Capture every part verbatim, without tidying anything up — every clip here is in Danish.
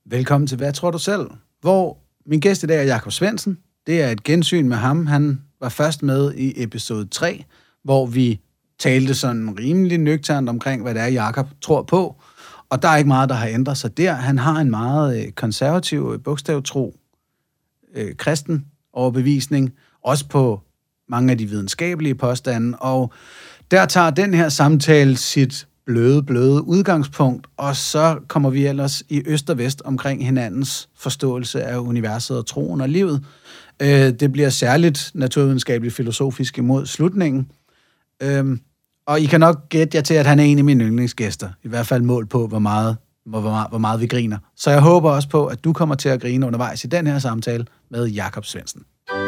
Velkommen til Hvad tror du selv? Hvor min gæst i dag er Jakob Svendsen. Det er et gensyn med ham. Han var først med i episode tre, hvor vi talte sådan rimelig nøgternt omkring, hvad det er, Jakob tror på. Og der er ikke meget, der har ændret sig der. Han har en meget konservativ, bogstavtro, øh, kristen overbevisning, også på mange af de videnskabelige påstande. Og der tager den her samtale sit bløde, bløde udgangspunkt, og så kommer vi ellers i øst og vest omkring hinandens forståelse af universet og troen og livet. Det bliver særligt naturvidenskabeligt filosofisk imod slutningen. Og I kan nok gætte jer til, at han er en af mine yndlingsgæster. I hvert fald mål på, hvor meget, hvor, hvor, meget, hvor meget vi griner. Så jeg håber også på, at du kommer til at grine undervejs i den her samtale med Jakob Svendsen.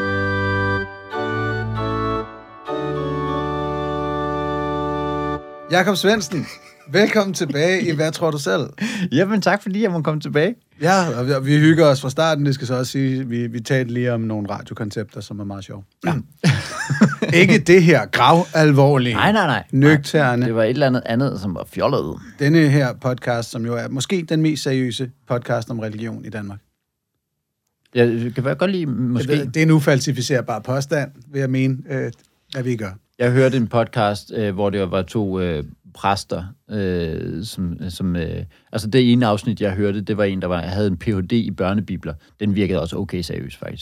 Jakob Svendsen, velkommen tilbage i Hvad tror du selv? Jamen tak, fordi jeg må komme tilbage. Ja, og vi, og vi hygger os fra starten. Det skal så også sige, vi, vi talte lige om nogle radiokoncepter, som er meget sjove. Ja. Ikke det her gravalvorlige, nej, nej, nej. nøgterne. Det var et eller andet andet, som var fjollet. Denne her podcast, som jo er måske den mest seriøse podcast om religion i Danmark. Jeg kan godt lide, måske... Det, det er en ufalsificerbar påstand, vil jeg mene, øh, at vi gør. Jeg hørte en podcast, øh, hvor det var to øh, præster, øh, som... som øh, altså det ene afsnit, jeg hørte, det var en, der var, havde en P H D i børnebibler. Den virkede også okay seriøs, faktisk.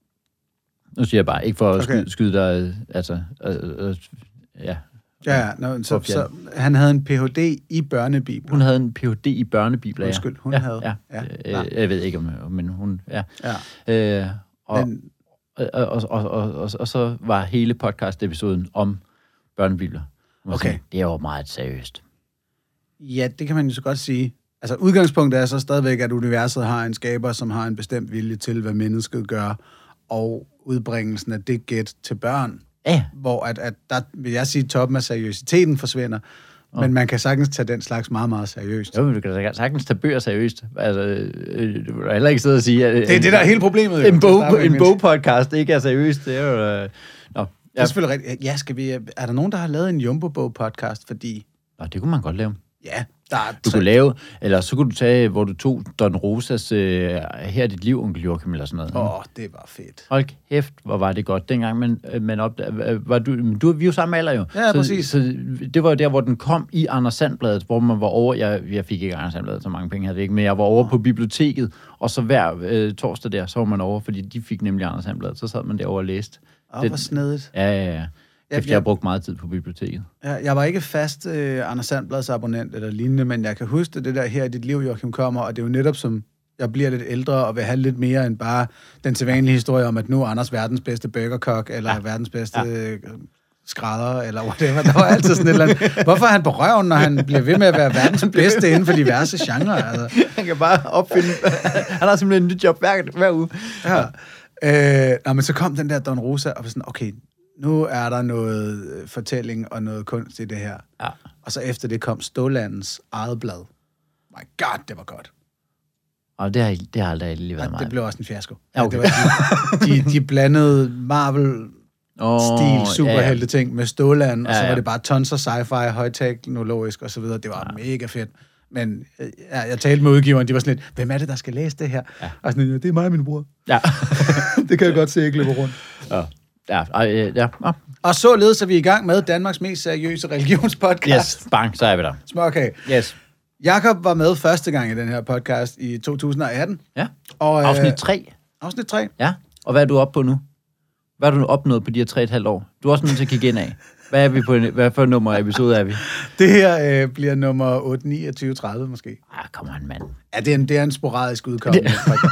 Nu siger jeg bare, ikke for at okay. skyde, skyde dig, altså... Øh, øh, ja. Ja, no, så, så han havde en P H D i børnebibler. Hun havde en P H D i børnebibler, ja. Undskyld, hun ja, havde. Ja, ja. ja. Øh, jeg ved ikke, om men hun... Ja. ja. Øh, og, men... og, og, og, og, og, og så var hele podcast-episoden om børnebibler. Okay. Sådan, det er jo meget seriøst. Ja, det kan man jo så godt sige. Altså, udgangspunktet er så stadigvæk, at universet har en skaber, som har en bestemt vilje til, hvad mennesket gør, og udbringelsen af det gæt til børn. Ja. Hvor at, at der, vil jeg sige, toppen af seriøsiteten forsvinder, oh. men man kan sagtens tage den slags meget, meget seriøst. Jo, men du kan sagtens tage bøger seriøst. Altså, øh, du vil heller ikke sidde og sige... At, det er det, der er hele problemet. En, bog, en bogpodcast ikke er seriøst, det er jo... Øh, nå, ja. Det er selvfølgelig rigtigt. Ja, skal vi... Er der nogen, der har lavet en Jumbo-bog-podcast, fordi... Nå, det kunne man godt lave. Ja, der er... Du kunne lave... Eller så kunne du tage, hvor du tog Don Rosas øh, Her er dit liv, onkel Joachim, eller sådan noget. Åh, oh, det var fedt. Hold kæft, hvor var det godt. Dengang man, man opdagede... Var du, du, vi er jo samme alder jo. Ja, så, præcis. Så det var der, hvor den kom i Anders Sandbladet, hvor man var over... Jeg, jeg fik ikke Anders Sandbladet, så mange penge havde vi ikke, men jeg var over oh. på biblioteket, og så hver øh, torsdag der, så var man over, fordi de fik nemlig Anders Sandbladet. Så sad man derovre og læste. Åh, oh, hvor snedigt. Ja, ja, ja. Efter jeg har brugt meget tid på biblioteket. Ja, jeg var ikke fast øh, Anders Sandblads abonnent eller lignende, men jeg kan huske det der Her i dit liv, Joachim, kommer, og det er jo netop som, jeg bliver lidt ældre og vil have lidt mere end bare den sædvanlige historie om, at nu er Anders verdens bedste burgerkok, eller ja. verdens bedste ja. skrædder, eller whatever. Der var altid sådan et eller andet. Hvorfor er han på røven, når han bliver ved med at være verdens bedste inden for diverse genrer? Altså. Han kan bare opfinde... Han har simpelthen en nyt job hver, hver uge. Ja. Øh, nå, men så kom den der Don Rosa, og var sådan, okay, nu er der noget fortælling og noget kunst i det her. Ja. Og så efter det kom Stålandens eget blad. My God, det var godt. Og det har, det har aldrig lige været ja, meget. Det blev også en fiasko. Ja, okay. Ja, det var de, de, de blandede Marvel-stil, oh, superhelte ting ja, ja. med Ståland, og så ja, ja. var det bare tons af sci-fi, højteknologisk og så videre. Det var ja. mega fedt. Men ja, jeg talte med udgiveren, de var sådan lidt, hvem er det, der skal læse det her? Ja. Og sådan, det er mig og min bror. Ja. Det kan jeg godt se, jeg løber rundt. Ja. Ja, ja, ja. ja. Og således er vi i gang med Danmarks mest seriøse religionspodcast. Yes, bang, så er vi der. Smørkage. Yes. Jakob var med første gang i den her podcast i to tusind og atten. Ja, og, afsnit tre. Øh, afsnit tre. Ja, og hvad er du oppe på nu? Hvad har du opnået på de her tre og et halvt år? Du er også nødt til at kigge ind af. Hvad er vi på? Hvad for nummer episode er vi? Det her øh, bliver nummer otte, niogtyve, tredive måske. Ah, come on, mand. Ja, det er en, det er en sporadisk udkommende.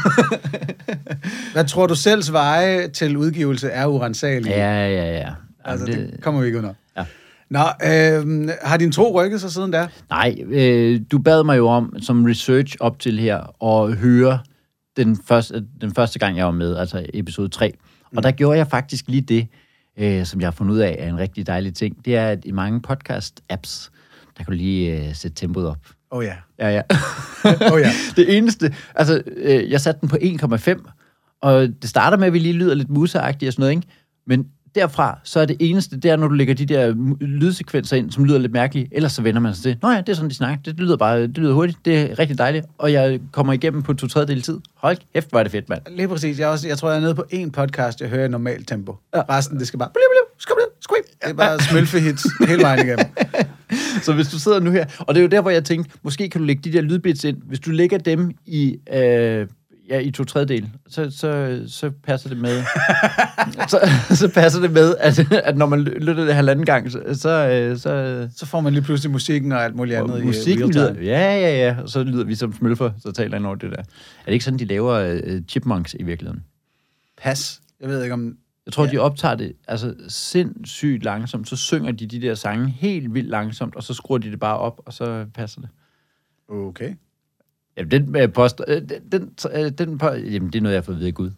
Hvad tror du selvs veje til udgivelse er urensagelige? Ja, ja, ja. Altså, det... det kommer vi ikke under. Ja. Nå, øh, har din tro rykket sig siden der? Nej, øh, du bad mig jo om, som research op til her, at høre den første, den første gang, jeg var med, altså episode tre. Og mm. der gjorde jeg faktisk lige det, øh, som jeg har fundet ud af, er en rigtig dejlig ting. Det er, at i mange podcast-apps, der kan du lige øh, sætte tempoet op. Åh oh, ja. Ja, ja. oh, ja. Det eneste, altså, øh, jeg satte den på en komma fem, og det starter med, at vi lige lyder lidt museagtigt og sådan noget, ikke? Men derfra, så er det eneste, det er, når du lægger de der lydsekvenser ind, som lyder lidt mærkelige, ellers så vender man sig til, nå ja, det er sådan, de snakker, det lyder bare, det lyder hurtigt, det er rigtig dejligt, og jeg kommer igennem på to tredjedel tid. Hold kæft, hvor er det fedt, mand. Lige præcis. Jeg, er også, jeg tror, jeg er nede på en podcast, jeg hører i normalt tempo. Ja. Resten, det skal bare... Det er bare smølfehits hele vejen igennem. Så hvis du sidder nu her, og det er jo der, hvor jeg tænkte, måske kan du lægge de der lydbits ind, hvis du lægger dem i... Øh, Ja, i to tredjedel, så, så, så passer det med, så, så passer det med, at, at når man lytter det halvanden gang, så, så, så... Så får man lige pludselig musikken og alt muligt andet. Musikken lyder, ja, ja, ja, og så lyder vi som smølfer, så taler jeg over det der. Er det ikke sådan, de laver uh, chipmunks i virkeligheden? Pas. Jeg ved ikke om... Jeg tror, ja. De optager det altså sindssygt langsomt, så synger de de der sange helt vildt langsomt, og så skruer de det bare op, og så passer det. Okay. Ja, den øh, post, øh, den, øh, den på, jamen, det er noget, jeg har fået at vide af Gud.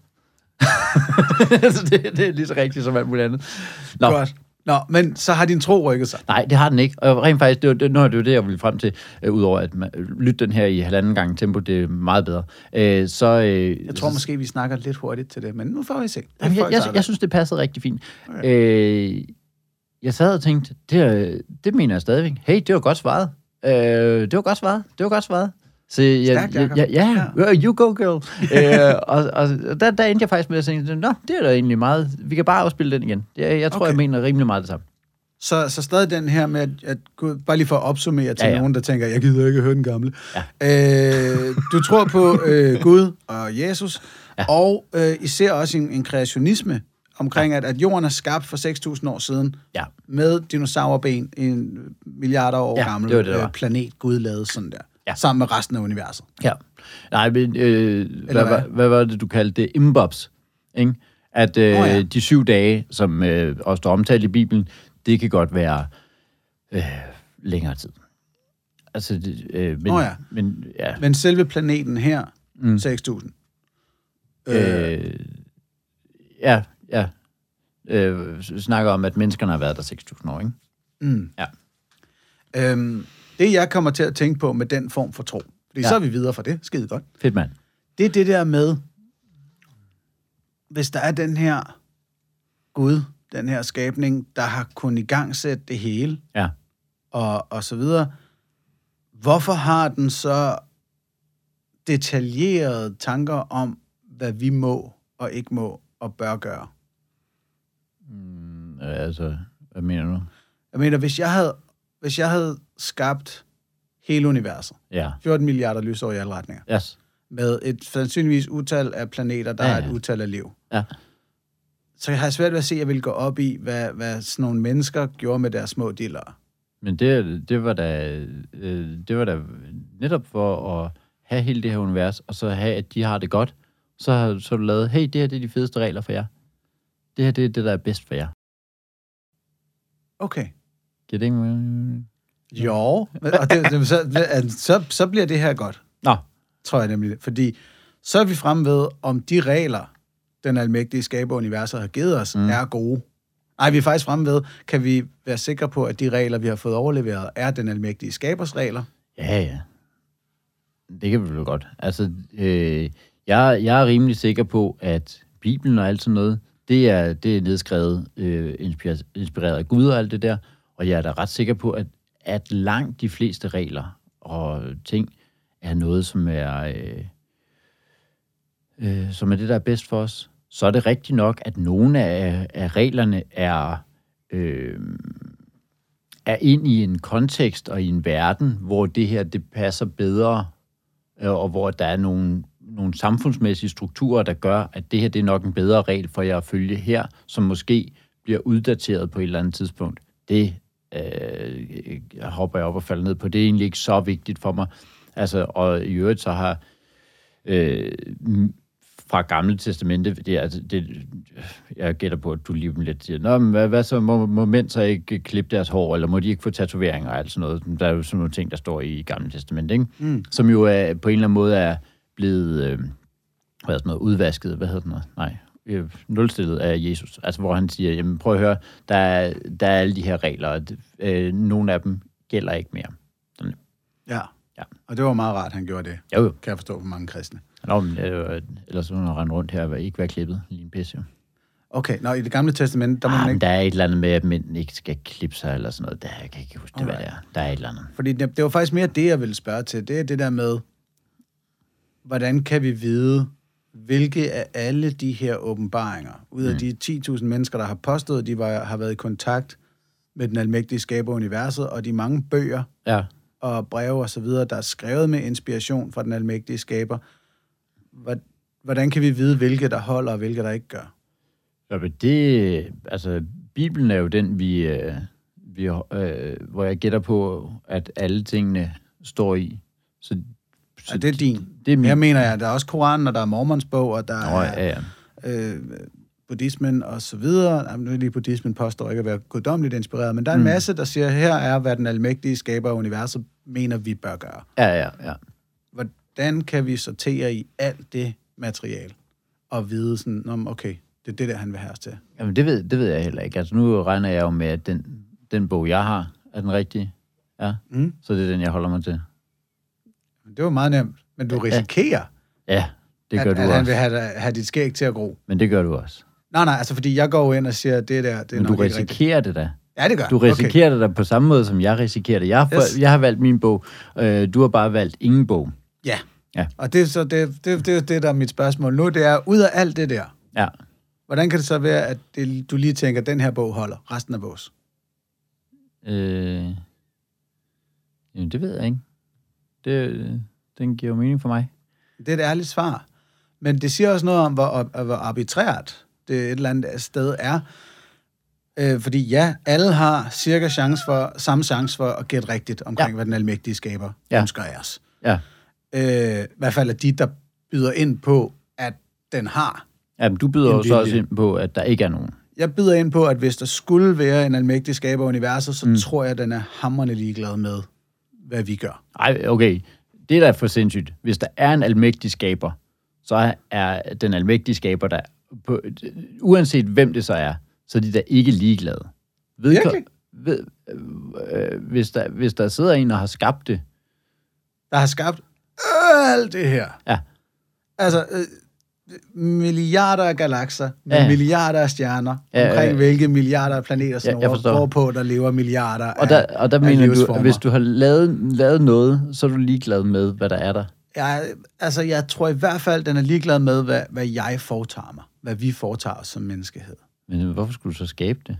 Så det, det er lige så rigtigt som alt muligt andet. Nå. Godt. Nå, men så har din tro rykket sig? Nej, det har den ikke. Og rent faktisk, det var det, nu er det jo det, jeg ville frem til, øh, udover at man, lytte den her i halvanden gang tempo, det er meget bedre. Øh, så, øh, jeg tror så, måske, vi snakker lidt hurtigt til det, men nu får vi se. Jamen, jeg, jeg, jeg synes, det passede rigtig fint. Okay. Øh, jeg sad og tænkte, det, det mener jeg stadigvæk. Hey, det var godt svaret. Øh, det var godt svaret. Det var godt svaret. Så jeg, Stærkt, jeg, jeg, ja, ja, you go girl. øh, og og der, der endte jeg faktisk med at tænke, nå, det er da egentlig meget, vi kan bare afspille den igen. Jeg, jeg tror, okay. jeg mener rimelig meget det samme. Så, så stadig den her med, at, at bare lige for at opsummere til ja, ja. nogen, der tænker, jeg gider ikke høre den gamle. Ja. Øh, du tror på øh, Gud og Jesus, ja. og øh, især også en, en kreationisme omkring, ja. at, at jorden er skabt for seks tusind år siden, ja. med dinosaurben, en milliarder år ja, gammel det det, planet, Gud lavede sådan der. Ja. Sammen med resten af universet. Ja. Nej, men øh, hvad, hvad? hvad var det, du kaldte det? Imbobs. Ikke? At øh, oh, ja. de syv dage, som øh, også står omtalt i Bibelen, det kan godt være øh, længere tid. Altså, det, øh, men, oh, ja. men, ja. men selve planeten her, mm. seks tusind. Øh, ja, ja. Øh, snakker om, at menneskerne har været der seks tusind år, ikke? Mm. Ja. Øhm, Det, jeg kommer til at tænke på med den form for tro, fordi ja. så er vi videre fra det, skide godt. Fedt, mand. Det er det der med, hvis der er den her Gud, den her skabning, der har kunnet igangsætte det hele, ja. og, og så videre, hvorfor har den så detaljerede tanker om, hvad vi må og ikke må og bør gøre? Mm, altså, hvad mener du? Jeg mener, hvis jeg havde Hvis jeg havde skabt hele universet, ja. fjorten milliarder lysår i alle retninger, yes. med et sandsynligvis utal af planeter, der ja, ja. er et utal af liv, ja. så jeg har svært ved at se, at jeg ville gå op i, hvad, hvad sådan nogle mennesker gjorde med deres små diller. Men det, det, var da, øh, det var da netop for at have hele det her univers, og så have, at de har det godt, så har så du lavet, hey, det her det er de fedeste regler for jer. Det her det er det, der er bedst for jer. Okay. Giver det ikke? Jo, og det, det, så, så, så bliver det her godt. Nå. Tror jeg nemlig. Fordi så er vi fremme ved, om de regler, den almægtige skaber universet har givet os, mm. er gode. Nej, vi er faktisk fremme ved, kan vi være sikre på, at de regler, vi har fået overleveret, er den almægtige skabers regler? Ja, ja. Det kan vi vel godt. Altså, øh, jeg, jeg er rimelig sikker på, at Bibelen og alt sådan noget, det er, det er nedskrevet, øh, inspireret af Gud og alt det der, og jeg er da ret sikker på, at, at langt de fleste regler og ting er noget, som er, øh, øh, som er det, der er bedst for os. Så er det rigtigt nok, at nogle af, af reglerne er, øh, er ind i en kontekst og i en verden, hvor det her det passer bedre, øh, og hvor der er nogle, nogle samfundsmæssige strukturer, der gør, at det her det er nok en bedre regel for jer at følge her, som måske bliver uddateret på et eller andet tidspunkt. Det øh, jeg hopper jeg op og falder ned på. Det er egentlig ikke så vigtigt for mig. Altså, og i øvrigt så har øh, fra Gamle Testamente, det, altså, det, jeg gætter på, at du lige dem lidt siger, nå, men hvad, hvad så, må, må mænd så ikke klippe deres hår, eller må de ikke få tatoveringer og alt sådan noget? Der er jo sådan nogle ting, der står i Gamle Testamente, ikke? Mm. Som jo er, på en eller anden måde er blevet øh, hvad er sådan noget, udvasket, hvad hedder det noget? Nej, nulstillet af Jesus. Altså, hvor han siger, jamen prøv at høre, der er, der er alle de her regler, og øh, nogle af dem gælder ikke mere. Sådan. Ja. ja, og det var meget rart, han gjorde det. Jo, jo. Kan jeg forstå på mange kristne. Nå, men øh, ellers så må man rende rundt her og ikke være klippet. Lige en pisse, jo. Okay, nå, i det gamle testament, der må ah, man ikke... der er et eller andet med, at mænd ikke skal klippe sig eller sådan noget. Der, jeg kan ikke huske det, hvad det er. Der er et eller andet. Fordi det, det var faktisk mere det, jeg ville spørge til. Det er det der med, hvordan kan vi vide, hvilke af alle de her åbenbaringer, ud af mm. de ti tusind mennesker, der har påstået, at de var, har været i kontakt med den almægtige skaber universet, og de mange bøger ja. og breve og så videre, der er skrevet med inspiration fra den almægtige skaber, hvordan kan vi vide, hvilke der holder, og hvilke der ikke gør? Ja, men det... Altså, Bibelen er jo den, vi... Øh, vi øh, hvor jeg gætter på, at alle tingene står i. Så, så ja, det er din. Det er min. Jeg mener, ja, der er også Koranen, og der er Mormons bog, og der Nå, er ja, ja. Øh, buddhismen og så videre. Jamen, nu er lige buddhismen påstår ikke at være guddommeligt inspireret, men der er en mm. masse, der siger, her er, hvad den almægtige skaber af universet mener, vi bør gøre. Ja, ja, ja. Hvordan kan vi sortere i alt det materiale og vide sådan, okay, det er det der, han vil have os til? Jamen, det ved, det ved jeg heller ikke. Altså, nu regner jeg jo med, at den, den bog, jeg har, er den rigtige. Ja, mm. så det er den, jeg holder mig til. Det var meget nemt, men du risikerer, ja, det gør at, du at også. han vil have, have dit skæg til at gro. Men det gør du også. Nej, nej, altså fordi jeg går ind og siger, at det der, det er men nok du risikerer det da. Ja, det gør. Du risikerer okay. det da på samme måde, som jeg risikerer det. Jeg har, yes. jeg har valgt min bog. Øh, du har bare valgt ingen bog. Ja, ja. Og det er så det, det, det, det, der er mit spørgsmål nu, det er, ud af alt det der, ja. hvordan kan det så være, at det, du lige tænker, at den her bog holder resten af vores? Øh, jamen, det ved jeg ikke. Det, den giver jo mening for mig. Det er et ærligt svar. Men det siger også noget om, hvor, hvor arbitrært det et eller andet sted er. Øh, fordi ja, alle har cirka chance for, samme chance for at gætte rigtigt omkring, ja. hvad den almægtige skaber ja. ønsker af os. Ja. Øh, I hvert fald er de, der byder ind på, at den har. Ja, men du byder jo så også ind på, at der ikke er nogen. Jeg byder ind på, at hvis der skulle være en almægtig skaber af universet, så mm. tror jeg, at den er hamrende ligeglad med, hvad vi gør. Ej, okay. Det er da for sindssygt. Hvis der er en almægtig skaber, så er den almægtige skaber der, på, uanset hvem det så er, så er de der ikke ligeglade. Ved, Virkelig? Ved, øh, hvis, der, hvis der sidder en og har skabt det. Der har skabt alt det her. Ja. Altså, øh, milliarder af galakser, med ja. milliarder af stjerner, ja, omkring ja. hvilke milliarder af planeter, som ja, over på, der lever milliarder og der, af Og der mener du, at hvis du har lavet, lavet noget, så er du ligeglad med, hvad der er der? Ja, altså, jeg tror i hvert fald, den er ligeglad med, hvad, hvad jeg foretager mig. Hvad vi foretager os som menneskehed. Men hvorfor skulle du så skabe det?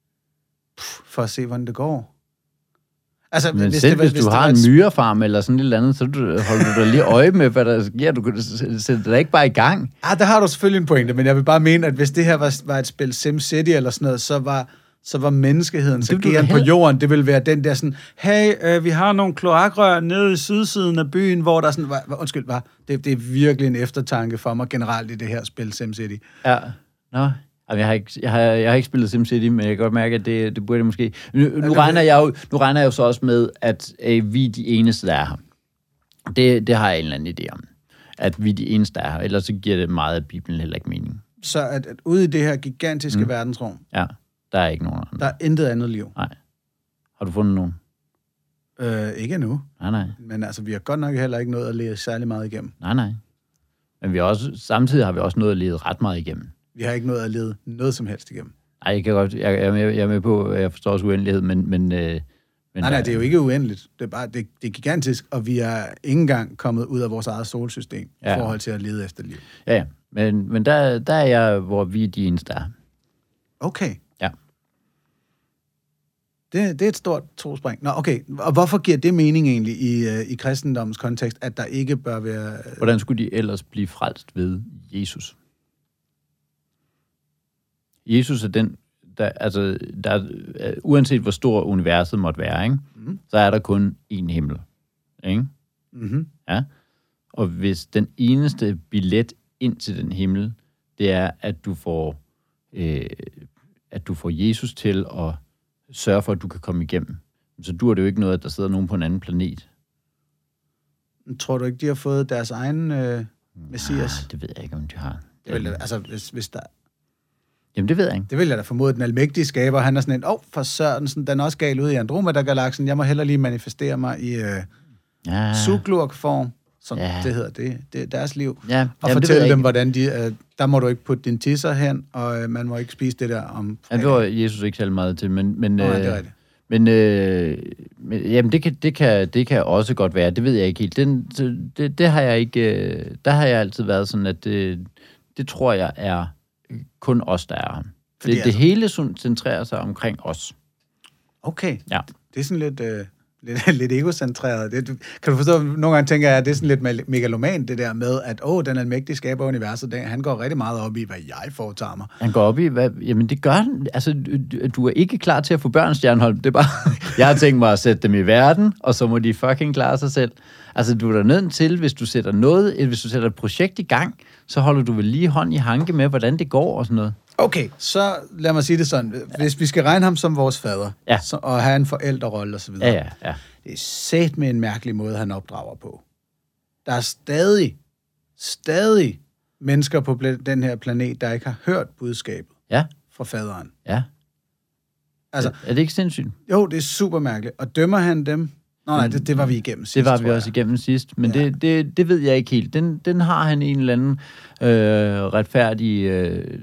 Puh, for at se, hvordan det går. Altså, men hvis selv det, hvis, hvis du har en myrefarm eller sådan et eller andet, så holder du da lige øje med, hvad der sker. Du kan sætte det da ikke bare i gang. Ah, der har du selvfølgelig en pointe, men jeg vil bare mene, at hvis det her var, var et spil SimCity eller sådan noget, så var, så var menneskehedens ageren på jorden, det ville være den der sådan, hey, øh, vi har nogle kloakrør nede i sydsiden af byen, hvor der sådan, var, undskyld, var, det, det er virkelig en eftertanke for mig generelt i det her spil SimCity. Ja, nå. Jeg har, ikke, jeg, har, jeg har ikke spillet SimCity, men jeg kan godt mærke, at det, det burde det måske. Nu, nu, regner jeg jo, nu regner jeg jo så også med, at øh, vi er de eneste, der er her. Det, det har jeg en eller anden idé om. At vi er de eneste, der er her. Ellers så giver det meget af Bibelen heller ikke mening. Så at, at ude i det her gigantiske mm. verdensrum, ja, der er ikke nogen andre. Der er intet andet liv. Nej. Har du fundet nogen? Øh, ikke endnu. Nej, nej. Men altså, vi har godt nok heller ikke nået at lede særlig meget igennem. Nej, nej. Men vi har også, samtidig har vi også nået at lede ret meget igennem. Vi har ikke nået at lede noget som helst igennem. Nej, jeg kan godt, jeg, jeg, er, med, jeg er med på, jeg forstår også uendelighed, men... men, øh, men nej, nej, det er jo ikke uendeligt. Det er bare, det, det er gigantisk, og vi er ikke engang kommet ud af vores eget solsystem ja. i forhold til at lede efter liv. Ja, ja. Men, men der, der er jeg, hvor vi er de eneste, der er. Okay. Ja. Det, det er et stort trospring. Nå, okay. Og hvorfor giver det mening egentlig i, i kristendommens kontekst, at der ikke bør være... Hvordan skulle de ellers blive frelst ved Jesus? Jesus er den, der, altså, der, uanset hvor stor universet måtte være, ikke? Mm. så er der kun én himmel. Ikke? Mm-hmm. Ja? Og hvis den eneste billet ind til den himmel, det er, at du får, øh, at du får Jesus til at sørge for, at du kan komme igennem, så dur det jo ikke noget, at der sidder nogen på en anden planet. Tror du ikke, de har fået deres egen øh, messias? Ah, det ved jeg ikke, om de har. Det vil, altså, hvis, hvis der... Jamen, det ved jeg ikke. Det vil jeg da formode, den almægtige skaber, han er sådan en, åh, oh, for Sørensen, den er også gal ude i Andromeda-galaksen, jeg må hellere lige manifestere mig i øh, ja. suglurk-form, som ja. det hedder, det, det er deres liv. Ja. Og Jamen, fortælle dem, hvordan de, øh, der må du ikke putte din tisser hen, og øh, man må ikke spise det der om ja, det var Jesus ikke særlig meget til, men... men Nå, øh, ja, det er rigtigt. Men, øh, men jamen, det kan, det, kan, det kan også godt være. Det ved jeg ikke helt. Den, det, det har jeg ikke... Øh, der har jeg altid været sådan, at det, det tror jeg er kun os, der er ham. Det, det altså... hele centrerer sig omkring os. Okay. Ja. Det er sådan lidt... Øh... Lidt, lidt egocentreret. Det, kan du forstå, nogle gange tænker jeg, at det er sådan lidt megaloman, det der med, at åh, den almægtige skaber universet, den, han går rigtig meget op i, hvad jeg foretager mig. Han går op i, hvad, jamen det gør han. Altså, du, du er ikke klar til at få børn, Stjernholm. Det er bare, jeg har tænkt mig at sætte dem i verden, og så må de fucking klare sig selv. Altså, du er da nødt til, hvis du sætter noget, hvis du sætter et projekt i gang, så holder du vel lige hånd i hanke med, hvordan det går og sådan noget. Okay, så lad mig sige det sådan. Hvis vi skal regne ham som vores fader, ja. så, og have en forældrerolle og så videre, ja, ja, ja. det er sæt med en mærkelig måde, han opdrager på. Der er stadig, stadig mennesker på den her planet, der ikke har hørt budskabet ja. fra faderen. Ja. Altså, er det ikke sindssygt? Jo, det er super mærkeligt. Og dømmer han dem? Nå nej, det, det var vi igennem sidst, Det var vi også igennem sidst, men ja. det, det, det ved jeg ikke helt. Den, den har han en eller anden øh, retfærdig øh,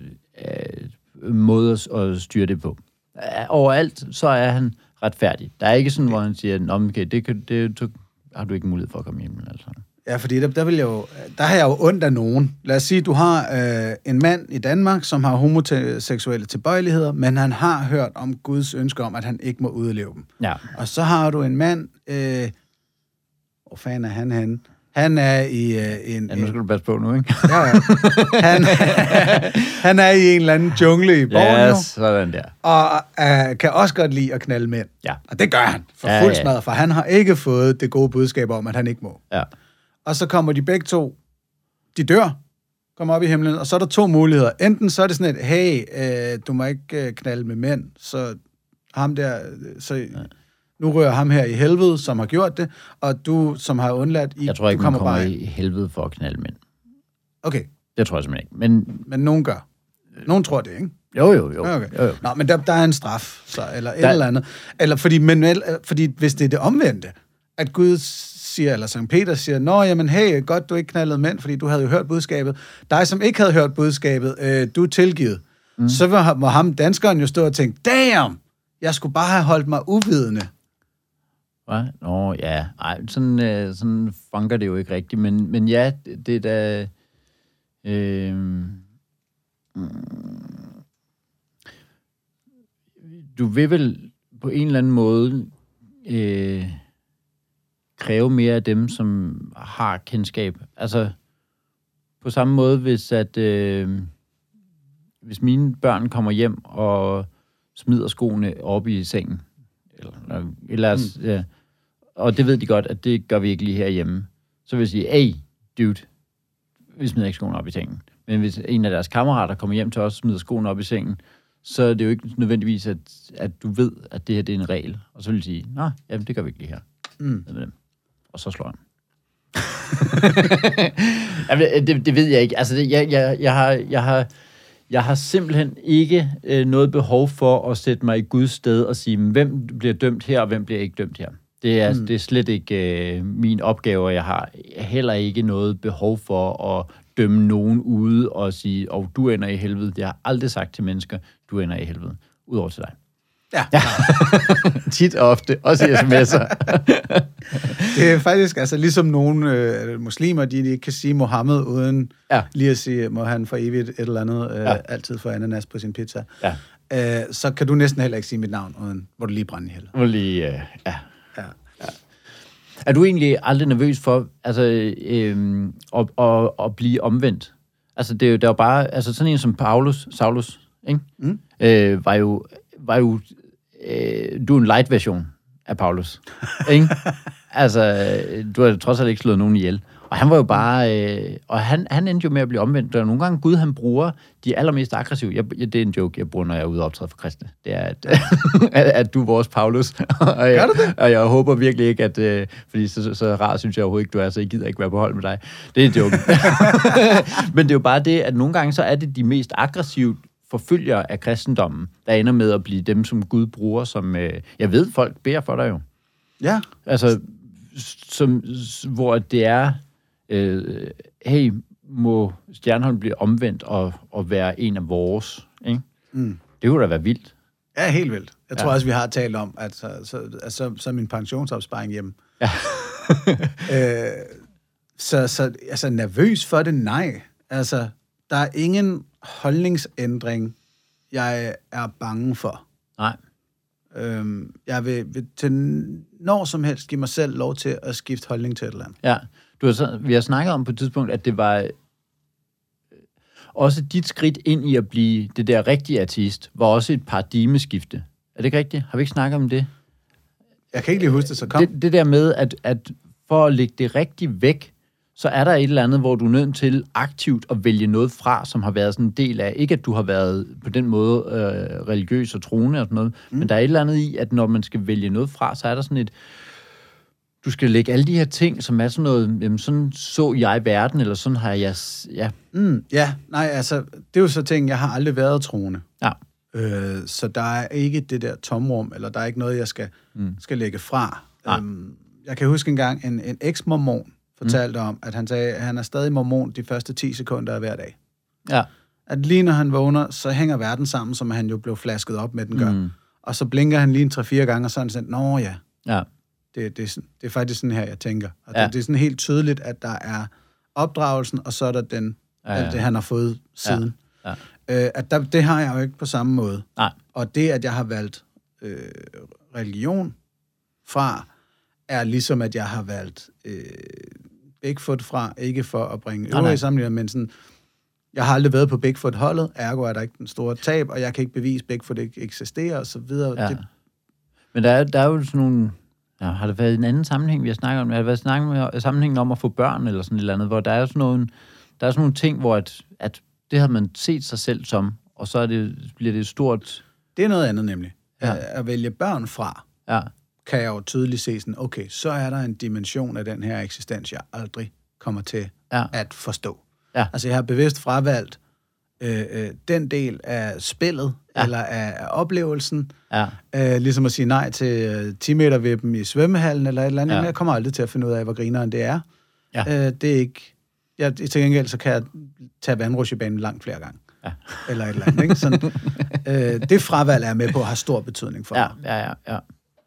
øh, måde at styre det på. Overalt, så er han retfærdig. Der er ikke sådan, hvor han siger, Nå, okay, det, kan, det, det har du ikke mulighed for at komme hjem. Altså. Ja, fordi der, der, vil jeg jo, der har jeg jo ondt af nogen. Lad os sige, du har øh, en mand i Danmark, som har homoseksuelle tilbøjeligheder, men han har hørt om Guds ønske om, at han ikke må udleve dem. Ja. Og så har du en mand, øh, hvor fanden er han henne? Han er i øh, en... Ja, nu skal du passe på nu, ikke? Ja, ja. Han, han er i en eller anden jungle i Borneo. Ja, sådan der. Og øh, kan også godt lide at knalde mænd. Ja. Og det gør han for ja, fuld ja. smadret, for han har ikke fået det gode budskab om, at han ikke må. Ja. Og så kommer de begge to, de dør, kommer op i himlen, og så er der to muligheder. Enten så er det sådan et, hey, øh, du må ikke øh, knalde med mænd, så ham der, så ja. nu rører ham her i helvede, som har gjort det, og du, som har undladt i... Jeg tror ikke, du kommer man kommer bare i helvede for at knalde mænd. Okay. Det tror jeg simpelthen ikke. Men, men nogen gør. Nogen tror det, ikke? Jo, jo, jo. Okay. jo, jo. Nå, men der, der er en straf, så, eller et der... eller andet. Eller fordi, men, fordi hvis det er det omvendte, at Gud siger, eller Sankt Peter siger, nå, jamen, hey, godt, du ikke knaldede mænd, fordi du havde jo hørt budskabet. Dig, som ikke havde hørt budskabet, øh, du er tilgivet. Mm. Så var, var ham, danskeren, jo stå og tænke, damn, jeg skulle bare have holdt mig uvidende. Hvad? Nå, ja. Ej, sådan, øh, sådan funker det jo ikke rigtigt, men, men ja, det, det er da... Øh, mm, du vil vel på en eller anden måde... Øh, kræve mere af dem, som har kendskab. Altså, på samme måde, hvis at øh, hvis mine børn kommer hjem og smider skoene op i sengen, eller, eller mm. ja, og det ved de godt, at det gør vi ikke lige herhjemme, så vil jeg sige, hey, dude, vi smider ikke skoene op i sengen. Men hvis en af deres kammerater kommer hjem til os og smider skoene op i sengen, så er det jo ikke nødvendigvis, at, at du ved, at det her det er en regel. Og så vil jeg sige, nej, jamen, det gør vi ikke lige her. Mm. Med dem. Og så slår han. Jamen, det, det ved jeg ikke. Altså, det, jeg, jeg, jeg, har, jeg, har, jeg har simpelthen ikke øh, noget behov for at sætte mig i Guds sted og sige, hvem bliver dømt her, og hvem bliver ikke dømt her. Det er, mm. det er slet ikke øh, min opgave, og jeg har heller ikke noget behov for at dømme nogen ude og sige, og oh, du ender i helvede. Jeg har aldrig sagt til mennesker, du ender i helvede. Udover til dig. Ja. ja. Tit og ofte. Også i sms'er. Det er faktisk, altså ligesom nogle øh, muslimer, de ikke kan sige Mohammed uden ja. lige at sige, må han for evigt et eller andet, øh, ja. altid få ananas på sin pizza. Ja. Øh, så kan du næsten heller ikke sige mit navn, uden hvor du lige brænder i helvede. Hvor lige, øh, ja. ja. ja. Er du egentlig aldrig nervøs for altså, øh, at, at, at blive omvendt? Altså, det er jo, det er jo bare, altså sådan en som Paulus, Saulus, ikke? Mm. Øh, var jo, var jo øh, du er en light-version af Paulus, ikke? Altså, du har trods alt ikke slået nogen ihjel. Og han var jo bare... Øh, og han, han endte jo med at blive omvendt. Der er nogle gange Gud, han bruger de allermest aggressive... Jeg, jeg, det er en joke, jeg bruger, når jeg er ude og optræde for kristne. Det er, at, at, at du er vores Paulus. og, jeg, og jeg håber virkelig ikke, at... Øh, fordi så, så, så rart synes jeg overhovedet ikke, du er, så jeg gider ikke være på hold med dig. Det er en joke. Men det er jo bare det, at nogle gange så er det de mest aggressive forfølgere af kristendommen, der ender med at blive dem, som Gud bruger, som... Øh, jeg ved, folk beder for dig jo. Ja. Altså, som, hvor det er... øh, hey, må Stjernholm blive omvendt og, og være en af vores, ikke? Mm. Det kunne da være vildt. Ja, helt vildt. Jeg tror ja. også, vi har talt om, at så, så, så, så min pensionsopsparing hjemme. Ja. øh, så, så altså, nervøs for det, nej. Altså, der er ingen holdningsændring, jeg er bange for. Nej. Øhm, jeg vil, vil til når som helst give mig selv lov til at skifte holdning til et eller andet. Ja, du har så, vi har snakket om på et tidspunkt, at det var også dit skridt ind i at blive det der rigtige artist, var også et paradigmeskifte. Er det ikke rigtigt? Har vi ikke snakket om det? Jeg kan ikke lige huske det, så kom. Det, det der med, at, at for at lægge det rigtigt væk, så er der et eller andet, hvor du er nødt til aktivt at vælge noget fra, som har været sådan en del af, ikke at du har været på den måde øh, religiøs og troende og sådan noget, mm. men der er et eller andet i, at når man skal vælge noget fra, så er der sådan et, du skal lægge alle de her ting, som er sådan noget, jamen sådan så jeg verden, eller sådan har jeg, ja. Mm, ja, nej, altså, det er jo så ting, jeg har aldrig været troende. Ja. Øh, så der er ikke det der tomrum, eller der er ikke noget, jeg skal, mm. skal lægge fra. Øhm, jeg kan huske engang, en, en eks-mormon fortalte mm. om, at han sagde, at han er stadig mormon de første ti sekunder af hver dag. Ja. At lige når han vågner, så hænger verden sammen, som han jo blev flasket op med den gør. Mm. Og så blinker han lige en tre-fire gange, og så er han sådan, nå ja, ja. Det, det, det er faktisk sådan her, jeg tænker. Og ja. det, det er sådan helt tydeligt, at der er opdragelsen, og så er der den, ja, ja. alt det, han har fået siden. Ja. Ja. Øh, at der, det har jeg jo ikke på samme måde. Nej. Og det, at jeg har valgt øh, religion fra, er ligesom, at jeg har valgt øh, Bigfoot fra, ikke for at bringe øvrige sammenligninger, men sådan, jeg har aldrig været på Bigfoot-holdet, ergo er der ikke den store tab, og jeg kan ikke bevise, at Bigfoot ikke eksisterer, og så videre. Ja. Det... Men der er, der er jo sådan nogle... Ja, har det været en anden sammenhæng, vi har snakket om? Har det været snakket med sammenhængen om at få børn, eller sådan et eller andet, hvor der er sådan nogle, der er sådan nogle ting, hvor at, at det har man set sig selv som, og så er det, bliver det stort... Det er noget andet nemlig. Ja. At, at vælge børn fra, ja. kan jeg jo tydeligt se sådan, okay, så er der en dimension af den her eksistens, jeg aldrig kommer til ja. at forstå. Ja. Altså, jeg har bevidst fravalgt øh, øh, den del af spillet, ja. eller af, af oplevelsen, ja. øh, ligesom at sige nej til øh, ti meter vippen i svømmehallen, eller et eller andet. Ja. Jeg kommer aldrig til at finde ud af, hvor grineren det er. Ja. Øh, det er ikke... Jeg, til gengæld, så kan jeg tage vandrutsjebanen langt flere gange. Ja. Eller et eller andet, ikke? Sådan, øh, det fravalg er med på at have stor betydning for ja, mig. Ja, ja, ja.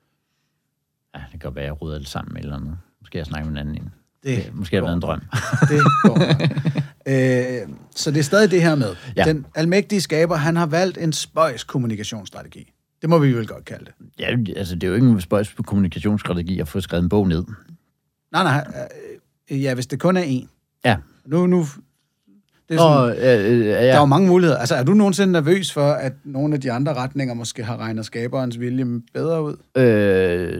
Ja, det kan godt være, at jeg rydder det sammen med et eller andet. Måske jeg snakker med en anden en. Det, det måske har det været en drøm. Det går øh, Så det er stadig det her med. Ja. Den almægtige skaber, han har valgt en spøjs kommunikationsstrategi. Det må vi vel godt kalde det. Ja, altså det er jo ikke en spøjs kommunikationsstrategi at få skrevet en bog ned. Nej, nej. Øh, ja, hvis det kun er én. Ja. Nu, nu det er sådan, Nå, øh, øh, ja. Der er jo mange muligheder. Altså, er du nogensinde nervøs for, at nogle af de andre retninger måske har regnet skaberens vilje bedre ud? Øh,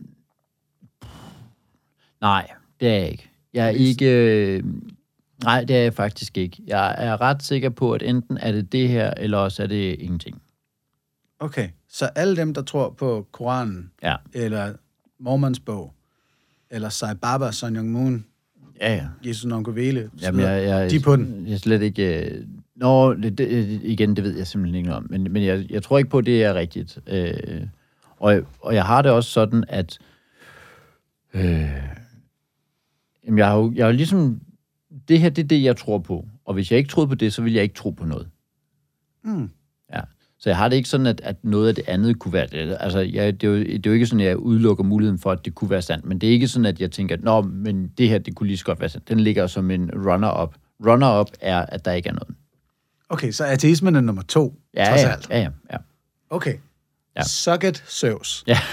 nej, det er jeg ikke. Jeg er ikke... Øh, nej, det er jeg faktisk ikke. Jeg er ret sikker på, at enten er det det her, eller også er det ingenting. Okay, så alle dem, der tror på Koranen, ja. eller Mormons bog, eller Sai Baba, Sun Myung Moon, ja, ja. Jesus Nongkovele, Jamen, jeg, jeg, de på den. Jeg er slet ikke... Øh, nå, det, det, igen, det ved jeg simpelthen ikke om. Men, men jeg, jeg tror ikke på, at det er rigtigt. Øh, og, og jeg har det også sådan, at... Øh, jamen, jeg har jo jeg har ligesom... Det her, det er det, jeg tror på. Og hvis jeg ikke troede på det, så ville jeg ikke tro på noget. Mm. Ja. Så jeg har det ikke sådan, at, at noget af det andet kunne være det. Altså, jeg, det, er jo, det er jo ikke sådan, at jeg udelukker muligheden for, at det kunne være sandt. Men det er ikke sådan, at jeg tænker, nå, men det her, det kunne lige så godt være sandt. Den ligger som en runner-up. Runner-up er, at der ikke er noget. Okay, så ateismen er nummer to, ja, trods ja, alt. Ja, ja, ja. Okay. Ja. Suck it, Zeus. Ja.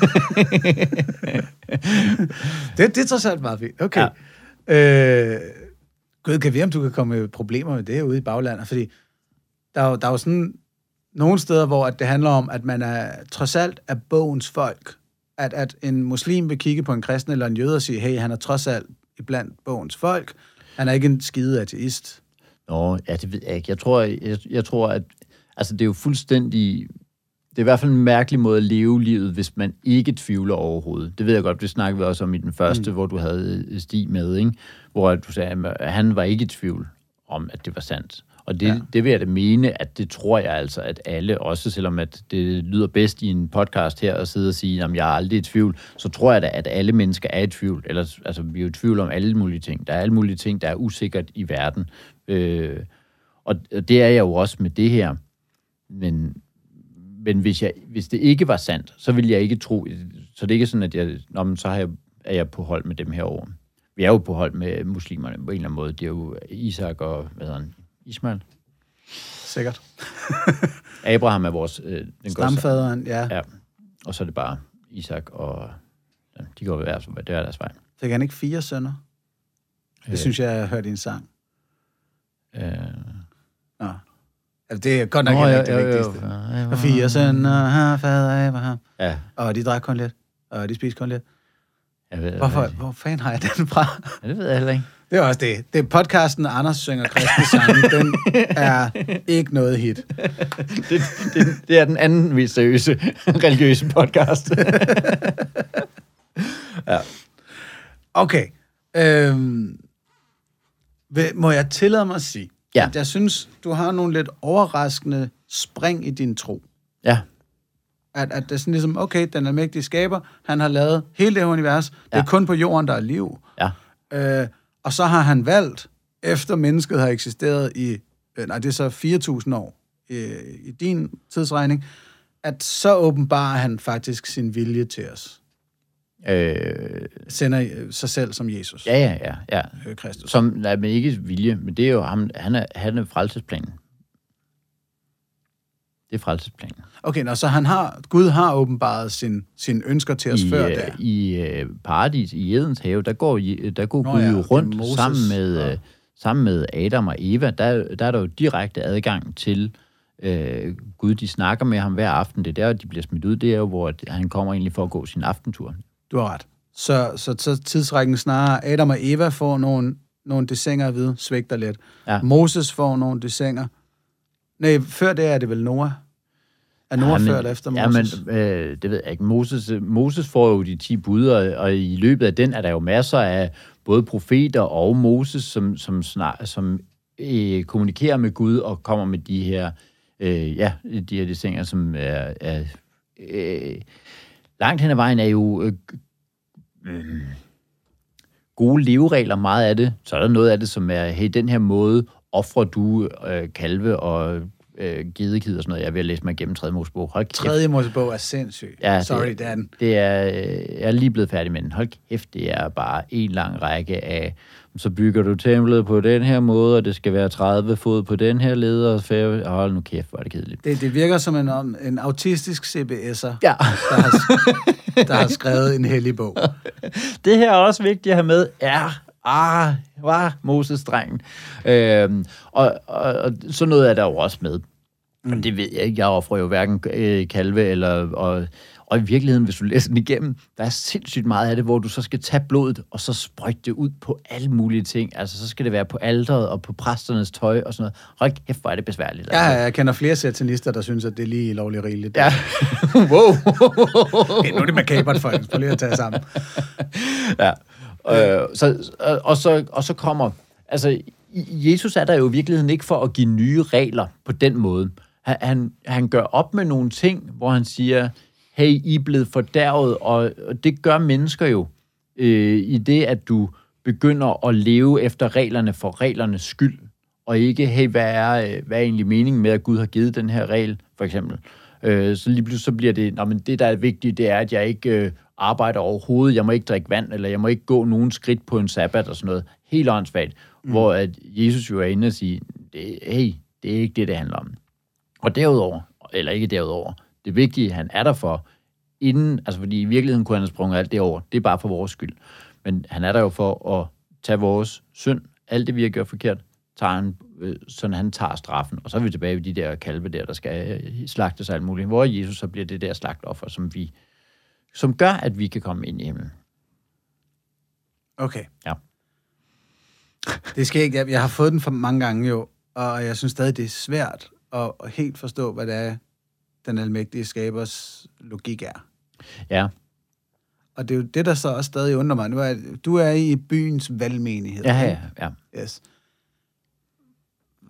det, det er trods alt meget fint. Okay. Ja. Øh, Gud, kan vi om du kan komme med problemer med det ude i baglandet? Fordi der er jo, der er jo sådan nogle steder, hvor at det handler om, at man er trods alt er bogens folk. At, at en muslim vil kigge på en kristen eller en jøde og sige, hey, han er trods alt iblandt bogens folk. Han er ikke en skide ateist. Nå, ja, det ved jeg ikke. Jeg tror, jeg, jeg tror at altså, det er jo fuldstændig... Det er i hvert fald en mærkelig måde at leve livet, hvis man ikke tvivler overhovedet. Det ved jeg godt, det snakkede vi også om i den første, mm. hvor du havde Stig med, ikke? Hvor du sagde, at han var ikke i tvivl om, at det var sandt. Og det, Ja. det vil jeg da mene, at det tror jeg altså, at alle, også selvom at det lyder bedst i en podcast her, at sidde og sige, at jeg er aldrig i tvivl, så tror jeg da, at alle mennesker er i tvivl. Ellers, altså, vi er jo i tvivl om alle mulige ting. Der er alle mulige ting, der er usikkert i verden. Øh, og det er jeg jo også med det her. Men, men hvis, jeg, hvis det ikke var sandt, så ville jeg ikke tro... Så det er ikke sådan, at jeg, nå, men så har jeg, er jeg på hold med dem her over. Vi er jo på hold med muslimerne på en eller anden måde. Det er jo Isak og, hvad hedder han, Ismail? Sikkert. Abraham er vores... Øh, den Stamfaderen, ja. ja. Og så er det bare Isak og... Ja, de går ved hver, det er deres vej. Fik han ikke fire sønner? Det øh, synes jeg, jeg har hørt i en sang. Øh, Nå. Altså, det er godt nok Nå, ikke ja, det ja, vigtigste. ja, ja, ja. Og fire sønner har fader Abraham. Ja. Og de drak kun lidt. Og de spiste kun lidt. Jeg ved, Hvorfor, jeg, hvor fanden har jeg den fra? ja, det ved jeg heller ikke. Det er også det. Det er podcasten, Anders synger kristne sange. Den er ikke noget hit. det, det, det er den anden mest seriøse religiøse podcast. Ja. Okay. Øhm, vil- må jeg tillade mig at sige, Ja. at jeg synes, du har nogle lidt overraskende spring i din tro. Ja. At, at det er sådan ligesom, okay, den almægtige skaber, han har lavet hele det her univers, det Ja. er kun på jorden, der er liv. Ja. Øh, og så har han valgt, efter mennesket har eksisteret i, øh, nej, det er så fire tusind år øh, i din tidsregning, at så åbenbarer han faktisk sin vilje til os. Øh, Sender øh, sig selv som Jesus. ja, ja, ja. ja. Øh, Kristus. Som, nej, men ikke vilje, men det er jo ham, han er, han er frelsesplanen. Det er frelsesplanen. Okay, nå, så han har, Gud har åbenbaret sin, sine ønsker til os I, før øh, der. I øh, paradis, i Edens have, der går, Je- der går Nå Gud ja, jo okay, rundt Moses, sammen, med, ja. øh, sammen med Adam og Eva. Der, der er der jo direkte adgang til øh, Gud. De snakker med ham hver aften. Det er der, de bliver smidt ud. Det er jo, hvor han kommer egentlig for at gå sin aftentur. Du har ret. Så, så, så tidsrækken snarere, Adam og Eva får nogle, nogle desinger at vide, svigter lidt. Ja. Moses får nogle desinger. Nej, før det er det vel Noah? Er Noah Ja, men- ført efter Moses? Ja, men øh, det ved jeg ikke. Moses, Moses får jo de ti bud, og, og i løbet af den er der jo masser af både profeter og Moses, som, som, snar, som øh, kommunikerer med Gud og kommer med de her, øh, ja, de her desinger, som er, er øh, langt hen ad vejen er jo øh, øh, gode leveregler, meget af det. Så er der noget af det, som er, hey, den her måde offrer du øh, kalve og øh, gedekid og sådan noget. Jeg er ved at læse mig igennem tredje Mosebog. Hold kæft. Tredje Mosebog er sindssyg. Ja, Sorry, det- det er den. Det er, øh, jeg er lige blevet færdig med den. Hold kæft, det er bare en lang række af, så bygger du templet på den her måde, og det skal være tredive fod på den her led, og færre, hold nu kæft, hvor er det kedeligt. Det, det virker som en, om- en autistisk C B S'er, Ja. der, har, der har skrevet en hellig bog. Det her er også vigtigt at have med. Ja, ah, var Moses-drengen. Øhm, og, og, og sådan noget er der jo også med. Men det ved jeg ikke. Jeg offrer jo hverken øh, kalve eller... Og, og i virkeligheden, hvis du læser den igennem, der er sindssygt meget af det, hvor du så skal tage blodet, og så sprøjte det ud på alle mulige ting. Altså, så skal det være på alteret og på præsternes tøj og sådan noget. Hold kæft, hvor er det besværligt. Ja, Altså. jeg kender flere satanister, der synes, at det er lige lovligt rigeligt. Ja. Wow. Okay, nu er det makabert, folk. Prøv lige at tage sammen. Ja. Øh, så, og, og, så, og så kommer... Altså, Jesus er der jo i virkeligheden ikke for at give nye regler på den måde. Han, han, han gør op med nogle ting, hvor han siger, hey, I er blevet fordærvet, og, og det gør mennesker jo øh, i det, at du begynder at leve efter reglerne for reglernes skyld, og ikke, hey, hvad er, hvad er egentlig meningen med, at Gud har givet den her regel, for eksempel. Øh, så lige pludselig så bliver det, nå, men det, der er vigtigt, det er, at jeg ikke øh, arbejder overhovedet, jeg må ikke drikke vand, eller jeg må ikke gå nogen skridt på en sabbat og sådan noget. Helt åndssvagt. Mm. Hvor at Jesus jo er inde og siger, hey, det er ikke det, det handler om. Og derudover, eller ikke derudover, det vigtige, han er der for, inden, altså fordi i virkeligheden kunne han have sprunget alt det over, det er bare for vores skyld. Men han er der jo for at tage vores synd, alt det, vi har gjort forkert, tager han, sådan han tager straffen. Og så er vi tilbage ved de der kalve der, der skal slagtes alt muligt. Hvor Jesus så bliver det der slagtoffer, som vi, som gør, at vi kan komme ind i himlen. Okay. Ja. Det skal ikke. Jeg, jeg har fået den for mange gange jo, og jeg synes stadig, det er svært at, at helt forstå, hvad det er, den almægtige skabers logik er. Ja. Og det er jo det, der så også stadig undrer mig. Nu er, du er i byens valgmenighed. Ja, ikke? ja, ja. Yes.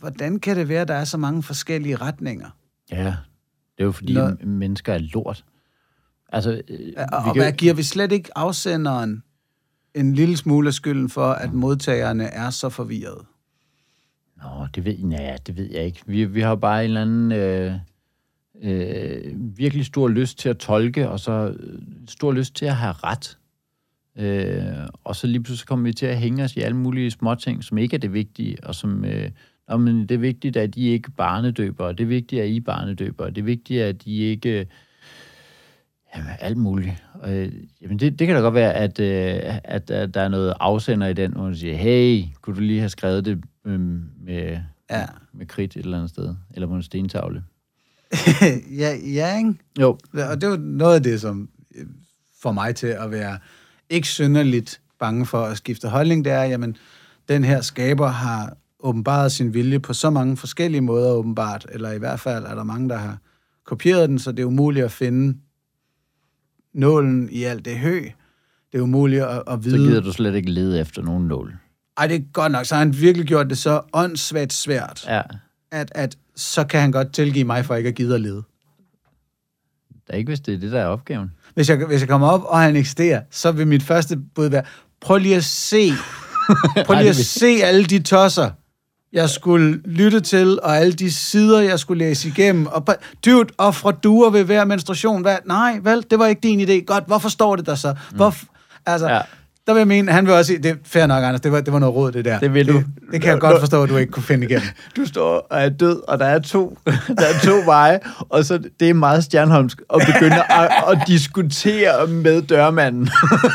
hvordan kan det være, at der er så mange forskellige retninger? Ja, det er jo fordi, Nå. mennesker er lort. Altså, ja, og og kan... hvad giver vi slet ikke afsenderen en lille smule af skylden for, at modtagerne er så forvirrede? Nå, det ved, nej, det ved jeg ikke. Vi, vi har bare en eller anden øh, øh, virkelig stor lyst til at tolke, og så stor lyst til at have ret. Øh, og så lige pludselig kommer vi til at hænge os i alle mulige småting, som ikke er det vigtige, og som... Øh, nå, men det er vigtigt, at de ikke barnedøber, og det er vigtigt, at I barnedøber, og det er vigtigt, at de ikke... Jamen, alt muligt. Øh, jamen, det, det kan da godt være, at, øh, at, at der er noget afsender i den, hvor man siger, hey, kunne du lige have skrevet det øh, med, ja. med kridt et eller andet sted, eller på en stentavle? ja, ja, ikke? Jo. Og det var noget af det, som får mig til at være ikke synderligt bange for at skifte holdning, det er, jamen, den her skaber har åbenbaret sin vilje på så mange forskellige måder åbenbart, eller i hvert fald er der mange, der har kopieret den, så det er umuligt at finde nålen i alt det hø. Det er umuligt at, at vide... Så gider du slet ikke lede efter nogen nål. Ej, det er godt nok. Så har han virkelig gjort det så åndssvagt svært, ja. at, at så kan han godt tilgive mig for ikke at gide at lede. Det er ikke, hvis det er det, der er opgaven. Hvis jeg, hvis jeg kommer op, og han eksisterer, så vil mit første bud være, prøv lige at se, prøv lige at se alle de tosser, jeg skulle lytte til, og alle de sider, jeg skulle læse igennem. Og dude, ofre duer ved hver menstruation. Hvad? Nej, vel, det var ikke din idé. Godt, hvorfor står det der så? Hvorfor? Altså, ja. Der vil jeg mene, han vil også sige, det er fair nok, Anders, det var, det var noget råd, det der. Det vil du. Det, det kan jeg godt forstå, at du ikke kunne finde igen. Du står og er død, og der er to, der er to veje, og så det er meget stjernholmsk at begynde at, at diskutere med dørmanden.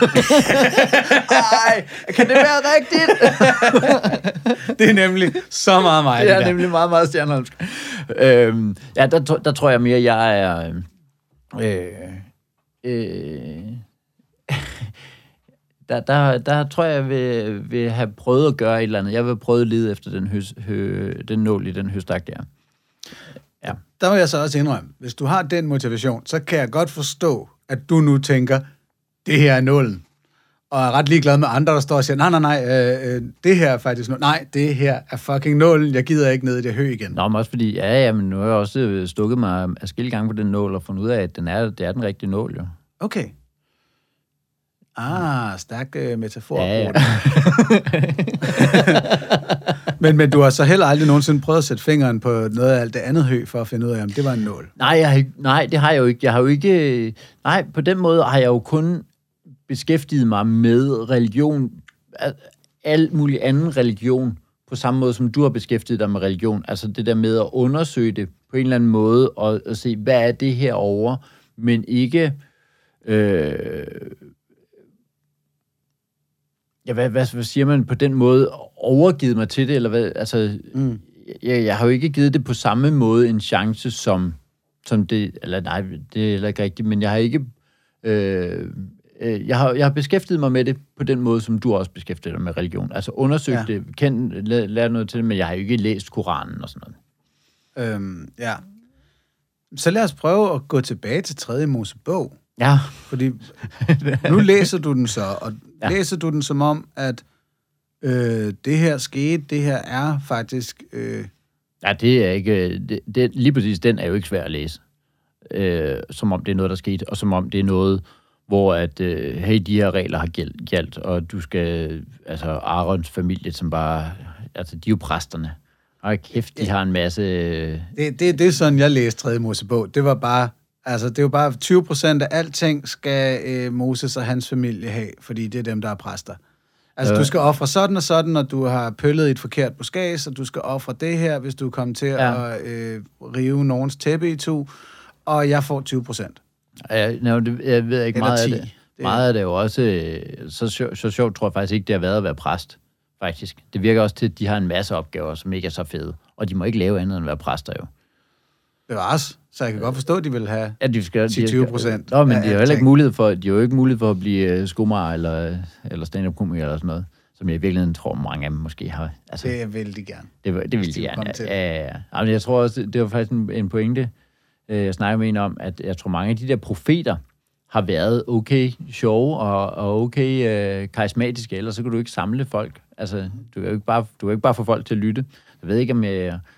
Ej, kan det være rigtigt? Det er nemlig så meget mig. Det er det nemlig meget, meget stjernholmsk. Øhm, ja, der, der tror jeg mere, jeg er... Øh, øh, Der, der, der tror jeg, jeg vil, vil have prøvet at gøre et eller andet. Jeg vil prøve at lede efter den, høs, hø, den nål i den høstak der. Ja. Der vil jeg så også indrømme, hvis du har den motivation, så kan jeg godt forstå, at du nu tænker, det her er nålen. Og er ret ligeglad med andre, der står og siger, nej, nej, nej, øh, øh, det her er faktisk nålen. Nej, det her er fucking nålen. Jeg gider ikke ned i det hø igen. Nå, men også fordi, ja, ja, men nu har jeg også stukket mig afskillige gange på den nål og fundet ud af, at den er, det er den rigtige nål, jo. Okay. Ah, stærk øh, metafor. Ja, ja. men, men du har så heller aldrig nogensinde prøvet at sætte fingeren på noget af alt det andet hø, for at finde ud af, om det var en nål? Nej, jeg har, nej, det har jeg jo ikke. Jeg har jo ikke... Nej, på den måde har jeg jo kun beskæftiget mig med religion, al mulig anden religion, på samme måde, som du har beskæftiget dig med religion. Altså det der med at undersøge det på en eller anden måde, og, og se, hvad er det herovre, men ikke... Øh, Ja, hvad, hvad, hvad siger man på den måde? Overgivet mig til det, eller hvad? Altså, mm. jeg, jeg har jo ikke givet det på samme måde en chance, som, som det... Eller nej, det er heller ikke rigtigt, men jeg har ikke... Øh, øh, jeg, har, jeg har beskæftiget mig med det på den måde, som du også beskæftiger dig med religion. Altså undersøgt ja. det, kendt, lært noget til det, men jeg har jo ikke læst Koranen og sådan noget. Øhm, ja. Så lad os prøve at gå tilbage til tredje Mosebog. Ja. Fordi nu læser du den så, og ja. læser du den som om, at øh, det her skete, det her er faktisk... Øh... Ja, det er ikke... Det, det, lige præcis, den er jo ikke svær at læse. Øh, som om det er noget, der skete, og som om det er noget, hvor at, øh, hey, de her regler har gældt, og du skal... Altså, Arons familie, som bare... Altså, de er jo præsterne. Og kæft, de ja. har en masse... Øh... Det, det, det er sådan, jeg læste tredje Mosebog. Det var bare... Altså, det er jo bare tyve procent af alting skal øh, Moses og hans familie have, fordi det er dem, der er præster. Altså, øh. du skal ofre sådan og sådan, når du har pøllet i et forkert buskage, og du skal ofre det her, hvis du kommer til ja. at øh, rive nogens tæppe i to, og jeg får tyve procent. Ja, no, det, jeg ved ikke, meget af det. det. Meget af det er jo også... Øh, så, så, så sjovt tror jeg faktisk ikke, det har været at være præst, faktisk. Det virker også til, at de har en masse opgaver, som ikke er så fede, og de må ikke lave andet end at være præster, jo. Det var også. Så jeg kan godt forstå, at de vil have ja, de skal, ti til tyve procent. Nå, men de har jo heller ikke mulighed for, de har jo ikke mulighed for at blive skomager eller, eller stand-up-komiker eller sådan noget, som jeg i virkeligheden tror, mange af dem måske har. Altså, det vil de gerne. Det, det vil de gerne, ja. ja, ja. Altså, jeg tror også, det var faktisk en, en pointe, jeg snakkede med en om, at jeg tror, mange af de der profeter, har været okay sjove og, og okay øh, karismatiske, ellers så kan du ikke samle folk. Altså, du kan jo ikke bare, du kan ikke bare få folk til at lytte. Jeg ved ikke, om jeg, der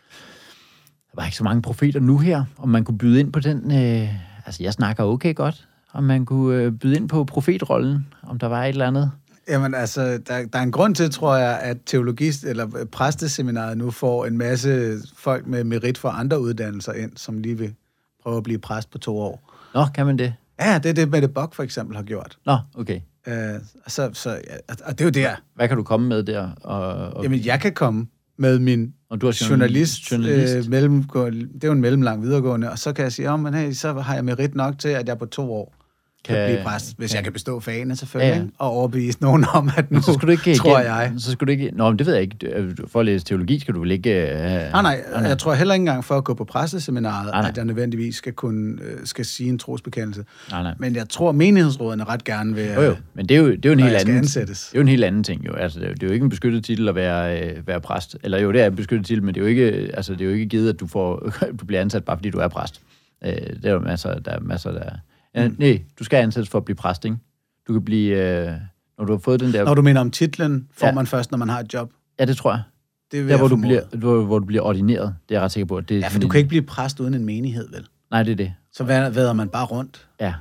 var ikke så mange profeter nu her, om man kunne byde ind på den... Øh, altså, jeg snakker okay godt, om man kunne øh, byde ind på profetrollen, om der var et eller andet. Jamen altså, der, der er en grund til, tror jeg, at teologist eller præsteseminaret nu får en masse folk med merit for andre uddannelser ind, som lige vil prøve at blive præst på to år. Nå, kan man det? Ja, det er det, Mette Bock for eksempel har gjort. Nå, okay. Uh, så, så, ja, og det er jo der. Hvad kan du komme med der? Og, og... Jamen, jeg kan komme med min og du er journalist, journalist. Øh, mellemgående, det er jo en mellemlang videregående, og så kan jeg sige, oh, men hey, så har jeg merit nok til, at jeg på to år kan, kan blive præst, hvis kan. jeg kan bestå fagene selvfølgelig, ja, ja. og overbevise nogen om, at nu, så skal du ikke tror igen, jeg. Så skal du ikke... Nå, men det ved jeg ikke. For at læse teologi skal du vel ikke... Uh... Nej, nej, jeg tror heller ikke engang for at gå på præsteseminaret, nej, nej. at jeg nødvendigvis skal kunne skal sige en trosbekendelse. Nej, nej. Men jeg tror, menighedsrådene ret gerne vil... Jo, jo, men det er jo, det er jo en helt anden... ansættes. Det er jo en helt anden ting, jo. Altså, det er jo ikke en beskyttet titel at være, øh, være præst. Eller jo, det er en beskyttet titel, men det er jo ikke, altså, det er jo ikke givet, at du, får, du bliver ansat, bare fordi du er præst. Øh, det er jo masser, der er masser, der... Ja, mm. Nej, du skal ansættes for at blive præst, ikke? Du kan blive... Øh, når du har fået den der... Når du mener om titlen, får ja. man først, når man har et job. Ja, det tror jeg. Det der, hvor du, bliver, hvor, hvor du bliver ordineret, det er jeg ret sikker på. Det er ja, for du kan ikke blive præst uden en menighed, vel? Nej, det er det. Så væder man bare rundt. Ja.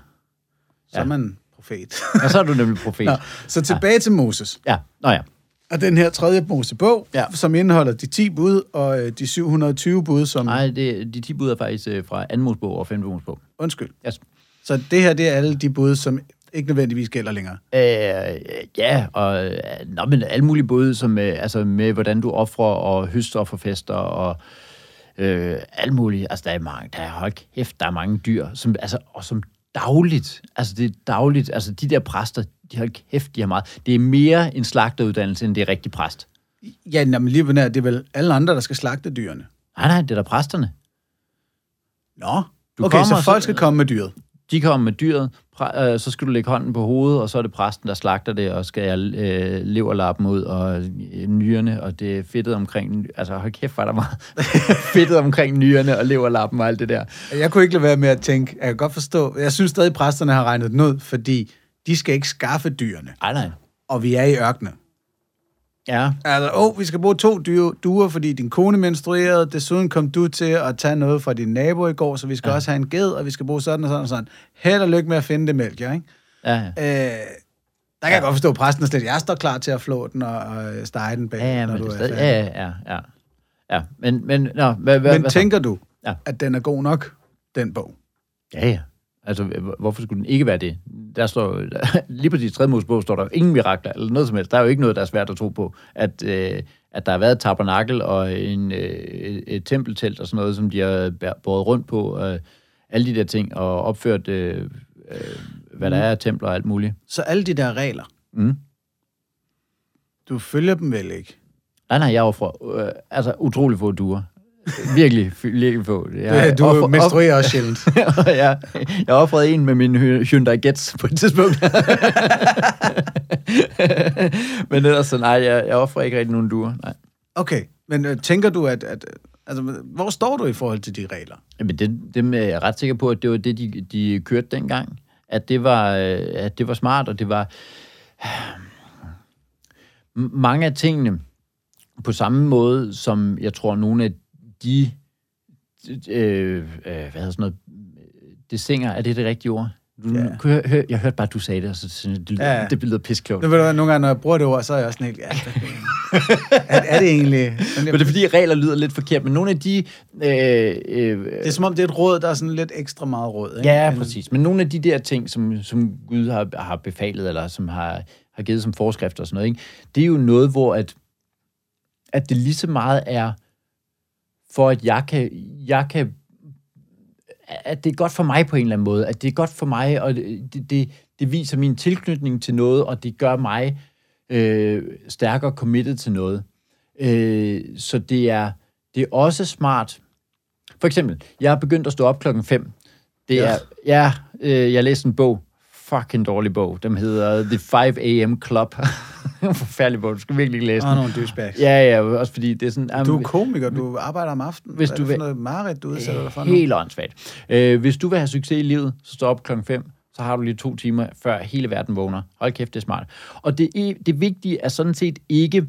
Så ja. er man profet. Og så er du nemlig profet. Nå, så tilbage ja. til Moses. Ja, nå ja. Og den her tredje Mosebog, ja. som indeholder de ti bud og øh, de syv hundrede og tyve bud, som... Nej, det, de ti bud er faktisk øh, fra anden Mosebog og femte Mosebog. Undskyld. Yes. Så det her, det er alle de bud, som ikke nødvendigvis gælder længere? Øh, ja, og øh, nå, men alle mulige bud, som, øh, altså med hvordan du offrer og høster og forfester og øh, alt muligt. Altså, der er mange, der er, hold kæft, der er mange dyr, som, altså, og som dagligt, altså det er dagligt, altså de der præster, de hold kæft, de har meget. Det er mere en slagteruddannelse, end det er rigtig præst. Ja, men lige på nær, det er vel alle andre, der skal slagte dyrene? Nej, nej, det er der præsterne. Nå, du okay, kommer, så folk skal komme med dyret? De kommer med dyret, præ- øh, så skal du lægge hånden på hovedet, og så er det præsten, der slagter det, og skal jeg øh, leverlappen ud, og øh, nyrerne, og det er fedtet omkring, altså hold kæft, var der meget fedtet omkring nyrerne og leverlappen og alt det der. Jeg kunne ikke lade være med at tænke, jeg kan godt forstå, jeg synes stadig, præsterne har regnet den ud, fordi de skal ikke skaffe dyrene. Nej, nej. Og vi er i ørkenen. Ja. Altså, åh, oh, vi skal bruge to dyre, duer, fordi din kone menstruerede, desuden kom du til at tage noget fra din nabo i går, så vi skal ja. også have en ged, og vi skal bruge sådan og sådan og sådan. Held og lykke med at finde det mælk, ja, ikke? Ja, ja. Øh, der kan ja. jeg godt forstå præsten slet. Jeg står klar til at flå den og, og stege den bag, ja, ja, når men du er stadig, færdig. Ja, ja, ja. Ja, men, men, nå, hvad, hvad, men hvad tænker du, ja. at den er god nok, den bog? Ja, ja. Altså, hvorfor skulle den ikke være det? Der står, lige på de tredje Mosebog står der ingen mirakler, eller noget som helst. Der er jo ikke noget, der er svært at tro på, at, øh, at der har været et tabernakel og en, øh, et tempeltelt og sådan noget, som de har båret rundt på, øh, alle de der ting, og opført, øh, øh, hvad mm. der er af templer og alt muligt. Så alle de der regler, mm. du følger dem vel ikke? Nej, nej, jeg offrer øh, altså utrolig få duer. Virkelig, virkelig få. Jeg, du offer, menstruerer også sjældent. ja, jeg offrede en med min Hyundai Getz på et tidspunkt. Men ellers så nej, jeg, jeg offrer ikke rigtig nogen duer. Nej. Okay, men øh, tænker du, at, at altså, hvor står du i forhold til de regler? Jamen, det, dem er jeg ret sikker på, at det var det, de, de kørte dengang. At det var, at det var smart, og det var mange af tingene på samme måde, som jeg tror, nogle af de, øh, hvad hedder sådan noget, det singer, er det det rigtige ord? Du, ja. hør, hør, jeg hørte bare, at du sagde det, og så det, ja. det lyder pisklogt. Nu ved du, nogle gange, når jeg bruger det ord, så er jeg også sådan helt, ja, er, er det egentlig... Men det er fordi, regler lyder lidt forkert, men nogle af de... Øh, øh, det er som om, det er et råd, der er sådan lidt ekstra meget råd, ikke? Ja, præcis. Men nogle af de der ting, som, som Gud har, har befalet, eller som har, har givet som forskrifter og sådan noget, ikke? Det er jo noget, hvor at, at det lige så meget er, for at jeg kan, jeg kan at det er godt for mig på en eller anden måde, at det er godt for mig, og det, det, det viser min tilknytning til noget, og det gør mig øh, stærkere committed til noget. Øh, så det er, det er også smart. For eksempel, jeg har begyndt at stå op klokken fem. Det ja. er, ja, øh, jeg læste en bog, fucking dårlig bog, den hedder The five a m Club. En forfærdelig bog, du skal virkelig ikke læse den. Åh, nogle douchebags. Ja, ja, også fordi det er sådan... Um, du er komiker, du arbejder om aftenen. Hvis du vil... noget mareridt, du udsætter dig for Helt åndssvagt. Uh, hvis du vil have succes i livet, så stå op klokken fem, så har du lige to timer, før hele verden vågner. Hold kæft, det er smart. Og det, det vigtige er sådan set ikke...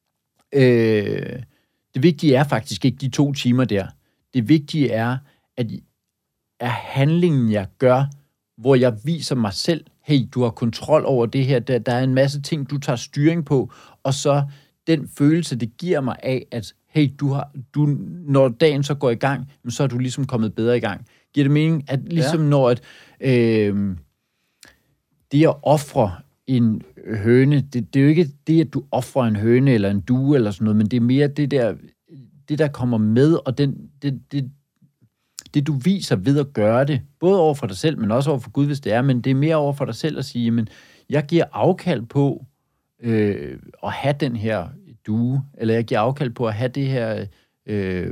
Øh, det vigtige er faktisk ikke de to timer der. Det vigtige er, at er handlingen, jeg gør, hvor jeg viser mig selv, hey, du har kontrol over det her, der, der er en masse ting, du tager styring på, og så den følelse, det giver mig af, at hey, du har, du, når dagen så går i gang, så er du ligesom kommet bedre i gang. Giver det mening, at ligesom ja. når at, øh, det at ofre en høne, det, det er jo ikke det, at du offrer en høne eller en due eller sådan noget, men det er mere det der, det der kommer med, og den, det, det, det du viser ved at gøre det, både over for dig selv, men også over for Gud, hvis det er, men det er mere over for dig selv at sige, jamen, jeg giver afkald på øh, at have den her due, eller jeg giver afkald på at have det her, øh,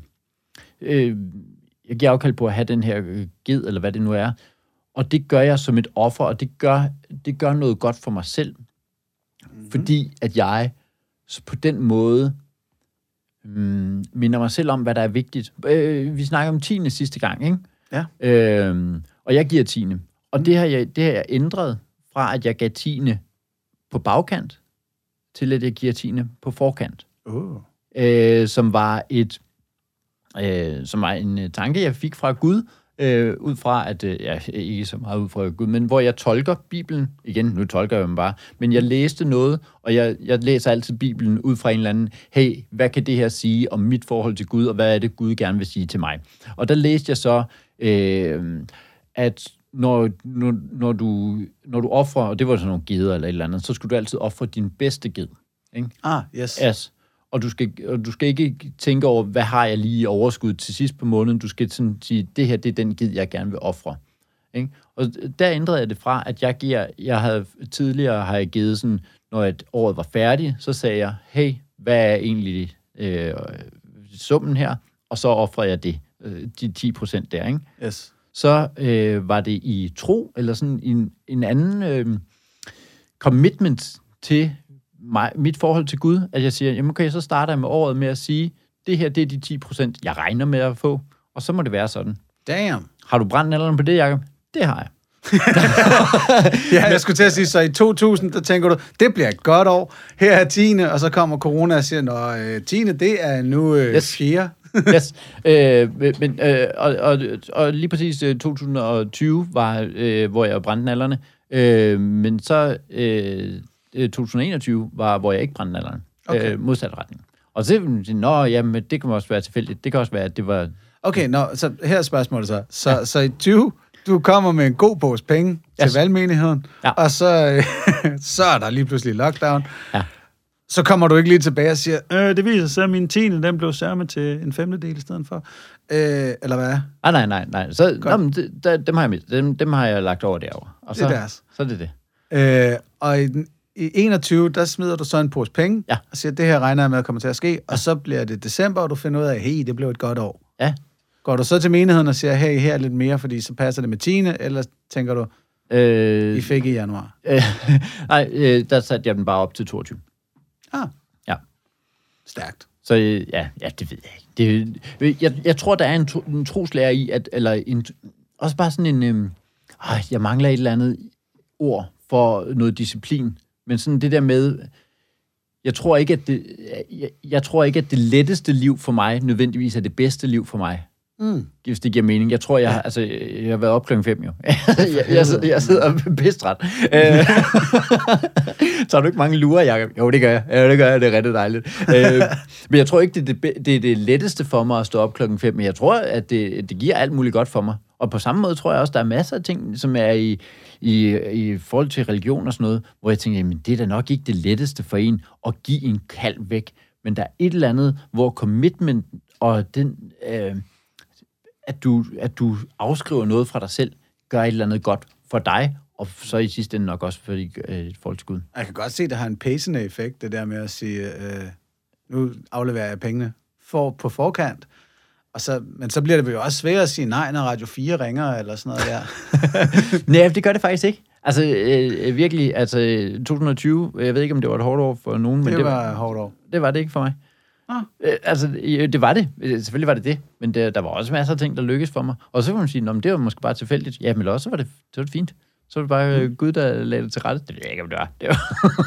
øh, jeg giver afkald på at have den her øh, ged, eller hvad det nu er, og det gør jeg som et offer, og det gør, det gør noget godt for mig selv, mm-hmm. fordi at jeg på den måde mm, minder mig selv om, hvad der er vigtigt. Øh, vi snakker om tiende sidste gang, ikke? Ja. Øh, og jeg giver tiende. Og mm. det, har jeg, det har jeg ændret fra, at jeg gav tiende på bagkant, til at jeg giver tiende på forkant. Uh. Øh, som var et øh, som var en tanke, jeg fik fra Gud, Øh, ud fra, at øh, ja, ikke så meget ud fra Gud, men hvor jeg tolker Bibelen, igen, nu tolker jeg dem bare, men jeg læste noget, og jeg, jeg læser altid Bibelen ud fra en eller anden, hey, hvad kan det her sige om mit forhold til Gud, og hvad er det, Gud gerne vil sige til mig? Og der læste jeg så, øh, at når, når, når, du, når du offrer, og det var sådan nogle geder eller et eller andet, så skulle du altid ofre din bedste ged. Ikke? Ah, yes. Yes. Og du, skal, og du skal ikke tænke over, hvad har jeg lige i overskud til sidst på måneden. Du skal sådan sige, det her det er den gid, jeg gerne vil ofre. Ikke? Og der ændrede jeg det fra, at jeg giver, jeg havde tidligere har jeg givet sådan, når et året var færdigt, så sagde jeg, hey, hvad er egentlig øh, summen her? Og så offrer jeg det, øh, de ti procent der, ikke? Yes. Så øh, var det i tro, eller sådan en, en anden øh, commitment til mig, mit forhold til Gud, at jeg siger, jamen okay, så starter jeg med året med at sige, det her, det er de ti procent, jeg regner med at få, og så må det være sådan. Damn. Har du brændt nallerne på det, Jacob? Det har jeg. Ja, jeg skulle til at sige, så i to tusind, der tænker du, det bliver et godt år, her er tiende, og så kommer corona og siger, nå, øh, tiende, det er nu øh, yes. fjerde. yes. Øh, men, øh, og, og, og lige præcis øh, to tusind og tyve var, øh, hvor jeg brændte nallerne, øh, men så... Øh, to tusind og enogtyve var, hvor jeg ikke brændte nallerne. Okay. Øh, modsat retning. Og så nå, jamen, det kan også være tilfældigt. Det kan også være, at det var... Okay, nå, så her er spørgsmålet så. Så, ja. så i tyve, du kommer med en god pose penge yes. til valgmenigheden, ja. og så, så er der lige pludselig lockdown. Ja. Så kommer du ikke lige tilbage og siger, øh, det viser sig, at min tiende, den blev sørme til en femtedel i stedet for. Øh, eller hvad? Ah, nej, nej, nej. Så, nå, men det, der, dem, har jeg, dem, dem har jeg lagt over derovre. Og det er så, deres. Så er det det. Øh, og i den I enogtyve, der smider du så en pose penge, ja. og siger, det her regner jeg med, at kommer til at ske, ja. og så bliver det december, og du finder ud af, hey, det blev et godt år. Ja. Går du så til menigheden og siger, hey, her er lidt mere, fordi så passer det med tiende, eller tænker du, øh, I fik i januar? Øh, nej, øh, der satte jeg den bare op til toogtyve. Ah. Ja. Stærkt. Så øh, ja, ja, det ved jeg ikke. Det, jeg, jeg tror, der er en, to, en troslærer i, at, eller en, også bare sådan en, øh, øh, jeg mangler et eller andet ord for noget disciplin. Men sådan det der med, jeg tror ikke, at det, jeg, jeg tror ikke, at det letteste liv for mig nødvendigvis er det bedste liv for mig. Mm. Hvis det giver mening. Jeg tror, jeg har, altså, jeg har været op klokken fem jo. jeg, jeg, sidder, jeg sidder pistret. Tager du ikke mange lurer, Jacob? Jo, det gør jeg. Ja, det gør jeg. Det er rigtig dejligt. Men jeg tror ikke, det er det, det er det letteste for mig at stå op klokken fem. Men jeg tror, at det, det giver alt muligt godt for mig. Og på samme måde tror jeg også, der er masser af ting, som er i, i, i forhold til religion og sådan noget, hvor jeg tænker, jamen det er da nok ikke det letteste for en at give en kalv væk. Men der er et eller andet, hvor commitment og den... Øh, At du, at du afskriver noget fra dig selv, gør et eller andet godt for dig, og så i sidste ende nok også for dit øh, forhold til Gud. Jeg kan godt se, at det har en pacende effekt, det der med at sige, øh, nu afleverer jeg pengene for, på forkant, og så, men så bliver det jo også svært at sige nej, når Radio fire ringer, eller sådan noget der. Nej, det gør det faktisk ikke. Altså øh, virkelig, altså to tusind og tyve, jeg ved ikke, om det var et hårdt år for nogen, det men det var et hårdt år. Det var det ikke for mig. Ah. Øh, altså, det var det. Selvfølgelig var det det. Men det, der var også masser af ting, der lykkedes for mig. Og så kan man sige, at det var måske bare tilfældigt. Ja, men også var det, det var fint. Så var det bare Gud, der lagde det til rette. Det ved jeg ikke, om det var. Det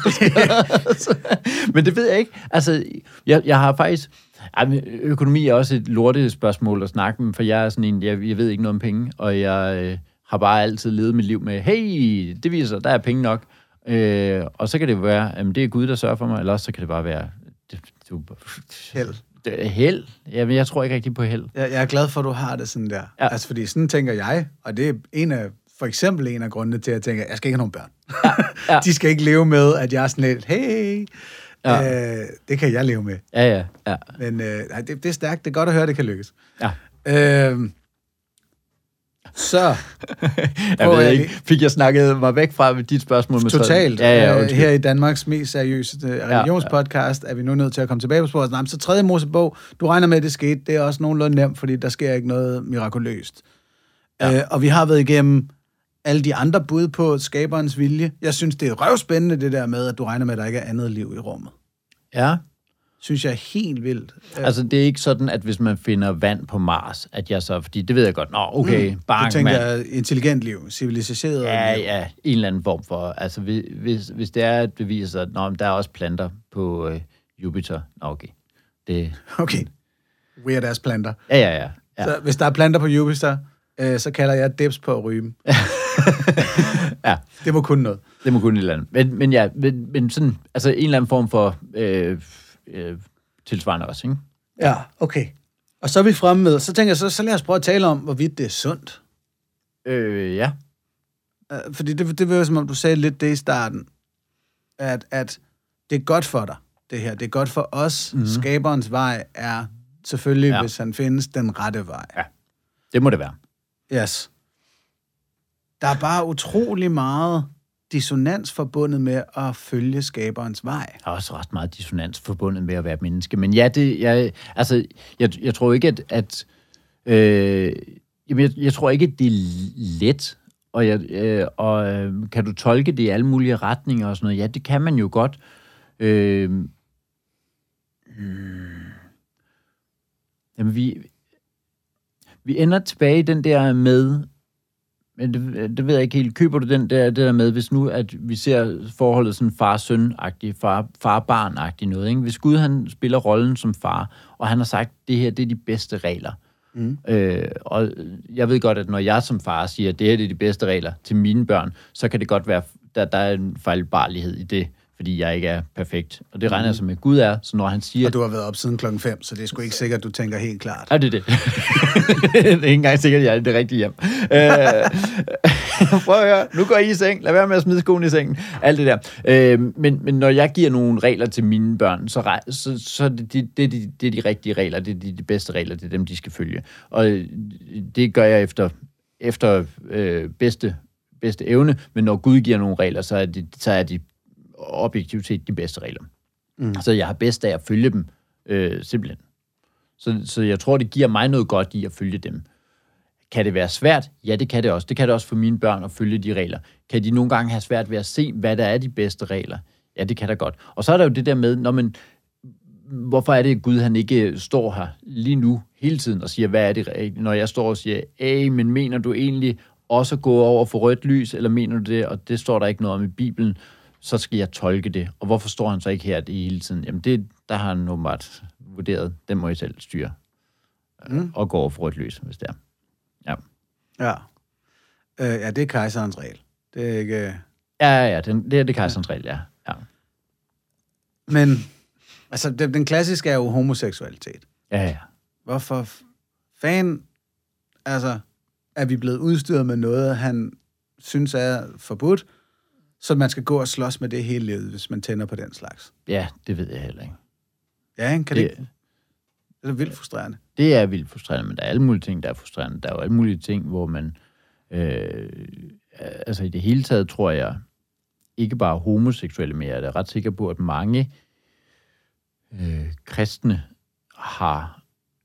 var. Men det ved jeg ikke. Altså, jeg, jeg har faktisk... Økonomi er også et lortespørgsmål at snakke med, for jeg er sådan en, jeg, jeg ved ikke noget om penge, og jeg øh, har bare altid levet mit liv med, hey, det viser sig, der er penge nok. Øh, og så kan det være, at det er Gud, der sørger for mig, eller også så kan det bare være... Det, det, held. Det, held? Jamen, jeg tror ikke rigtig på held. Jeg, jeg er glad for, at du har det sådan der. Ja. Altså, fordi sådan tænker jeg, og det er en af, for eksempel en af grundene til, at jeg tænker, jeg skal ikke have nogen børn. Ja. Ja. De skal ikke leve med, at jeg er sådan lidt, hey... Ja. Øh, det kan jeg leve med. Ja, ja, ja. Men øh, det, det er stærkt. Det er godt at høre, at det kan lykkes. Ja. Øh, så... jeg ved jeg ikke. Fik jeg snakket mig væk fra dit spørgsmål? Med Totalt. Ja, ja, her i Danmarks mest seriøse religionspodcast ja, ja. er vi nu nødt til at komme tilbage på sporet. Nej, så tredje Mosebog, du regner med, at det skete. Det er også nogenlunde nemt, fordi der sker ikke noget mirakuløst. Ja. Øh, og vi har været igennem alle de andre bud på skaberens vilje. Jeg synes, det er røvspændende, det der med, at du regner med, at der ikke er andet liv i rummet. Ja. Synes jeg er helt vildt. Altså, det er ikke sådan, at hvis man finder vand på Mars, at jeg så... Fordi det ved jeg godt. Nå, okay, mm, bang, du tænker jeg intelligent liv, civiliseret ja, liv. Ja, en eller anden form for... Altså, hvis, hvis det er, at det viser sig, at nå, der er også planter på øh, Jupiter. Nå, okay. Det... Okay. Weird ass planter. Ja, ja, ja. ja. Så hvis der er planter på Jupiter... så kalder jeg dips på at ryge dem. Ja. Det må kunne noget. Det må kunne et eller andet. Men, men ja, men, men sådan, altså en eller anden form for øh, øh, tilsvarende også, ikke? Ja, okay. Og så er vi fremme med, så tænker jeg, så, så lad os prøve at tale om, hvorvidt det er sundt. Øh, ja. Fordi det, det var som om, du sagde lidt det i starten, at, at det er godt for dig, det her. Det er godt for os. Mm-hmm. Skaberens vej er selvfølgelig, ja. hvis han findes, den rette vej. Ja, det må det være. Yes. Der er bare utrolig meget dissonans forbundet med at følge skaberens vej. Der er også ret meget dissonans forbundet med at være et menneske. Men ja, det, jeg, altså, jeg, jeg tror ikke, at... at øh, jeg, jeg tror ikke, at det er let. Og, jeg, øh, og øh, kan du tolke det i alle mulige retninger og sådan noget? Ja, det kan man jo godt. Øh, hmm. Jamen, vi... Vi ender tilbage i den der med, men det, det ved jeg ikke helt, køber du den der, det der med, hvis nu, at vi ser forholdet sådan far-søn-agtigt, far, far-barn-agtigt noget, ikke? Hvis Gud, han spiller rollen som far, og han har sagt, det her, det er de bedste regler. Mm. Øh, og jeg ved godt, at når jeg som far siger, at det her det er de bedste regler til mine børn, så kan det godt være, der, der er en fejlbarlighed i det, fordi jeg ikke er perfekt. Og det regner jeg som med Gud er, så når han siger... Og du har været op siden klokken fem, så det er sgu ikke sikkert, at du tænker helt klart. Ja, det er det. Det er ikke engang sikkert, at jeg er det rigtige hjem. øh, prøv at høre, nu går I i seng, lad være med at smide skoene i sengen, alt det der. Øh, men, men når jeg giver nogle regler til mine børn, så, så, så det, det, det, det er de rigtige regler, det er de, de bedste regler, det er dem, de skal følge. Og det gør jeg efter, efter øh, bedste, bedste evne, men når Gud giver nogle regler, så er de, så er de objektivt set de bedste regler. Mm. Så jeg har bedst af at følge dem, øh, simpelthen. Så, så jeg tror, det giver mig noget godt i at følge dem. Kan det være svært? Ja, det kan det også. Det kan det også for mine børn at følge de regler. Kan de nogle gange have svært ved at se, hvad der er de bedste regler? Ja, det kan der godt. Og så er der jo det der med, når man, hvorfor er det, at Gud han ikke står her lige nu hele tiden og siger, hvad er det, når jeg står og siger, ej, men mener du egentlig også at gå over for rødt lys, eller mener du det, og det står der ikke noget om i Bibelen, så skal jeg tolke det. Og hvorfor står han så ikke her det hele tiden? Jamen, det, der har han åbenbart vurderet. Den må I selv styre. Mm. Og gå over for rødt lys, hvis det er. Ja. Ja. Øh, ja, det er kejserens regel. Det er ikke... Ja, ja, ja. Den, det er det kejserens ja. regel, ja. ja. Men, altså, det, den klassiske er jo homoseksualitet. Ja, ja. Hvorfor fanden, altså, er vi blevet udstyret med noget, han synes er forbudt, så man skal gå og slås med det hele livet, hvis man tænder på den slags. Ja, det ved jeg heller ikke. Ja, kan det, det, det er vildt frustrerende. Det er vildt frustrerende, men der er alle mulige ting, der er frustrerende. Der er jo alle mulige ting, hvor man... Øh, altså i det hele taget, tror jeg, ikke bare homoseksuelle mere. Jeg er ret sikker på, at mange øh, kristne har...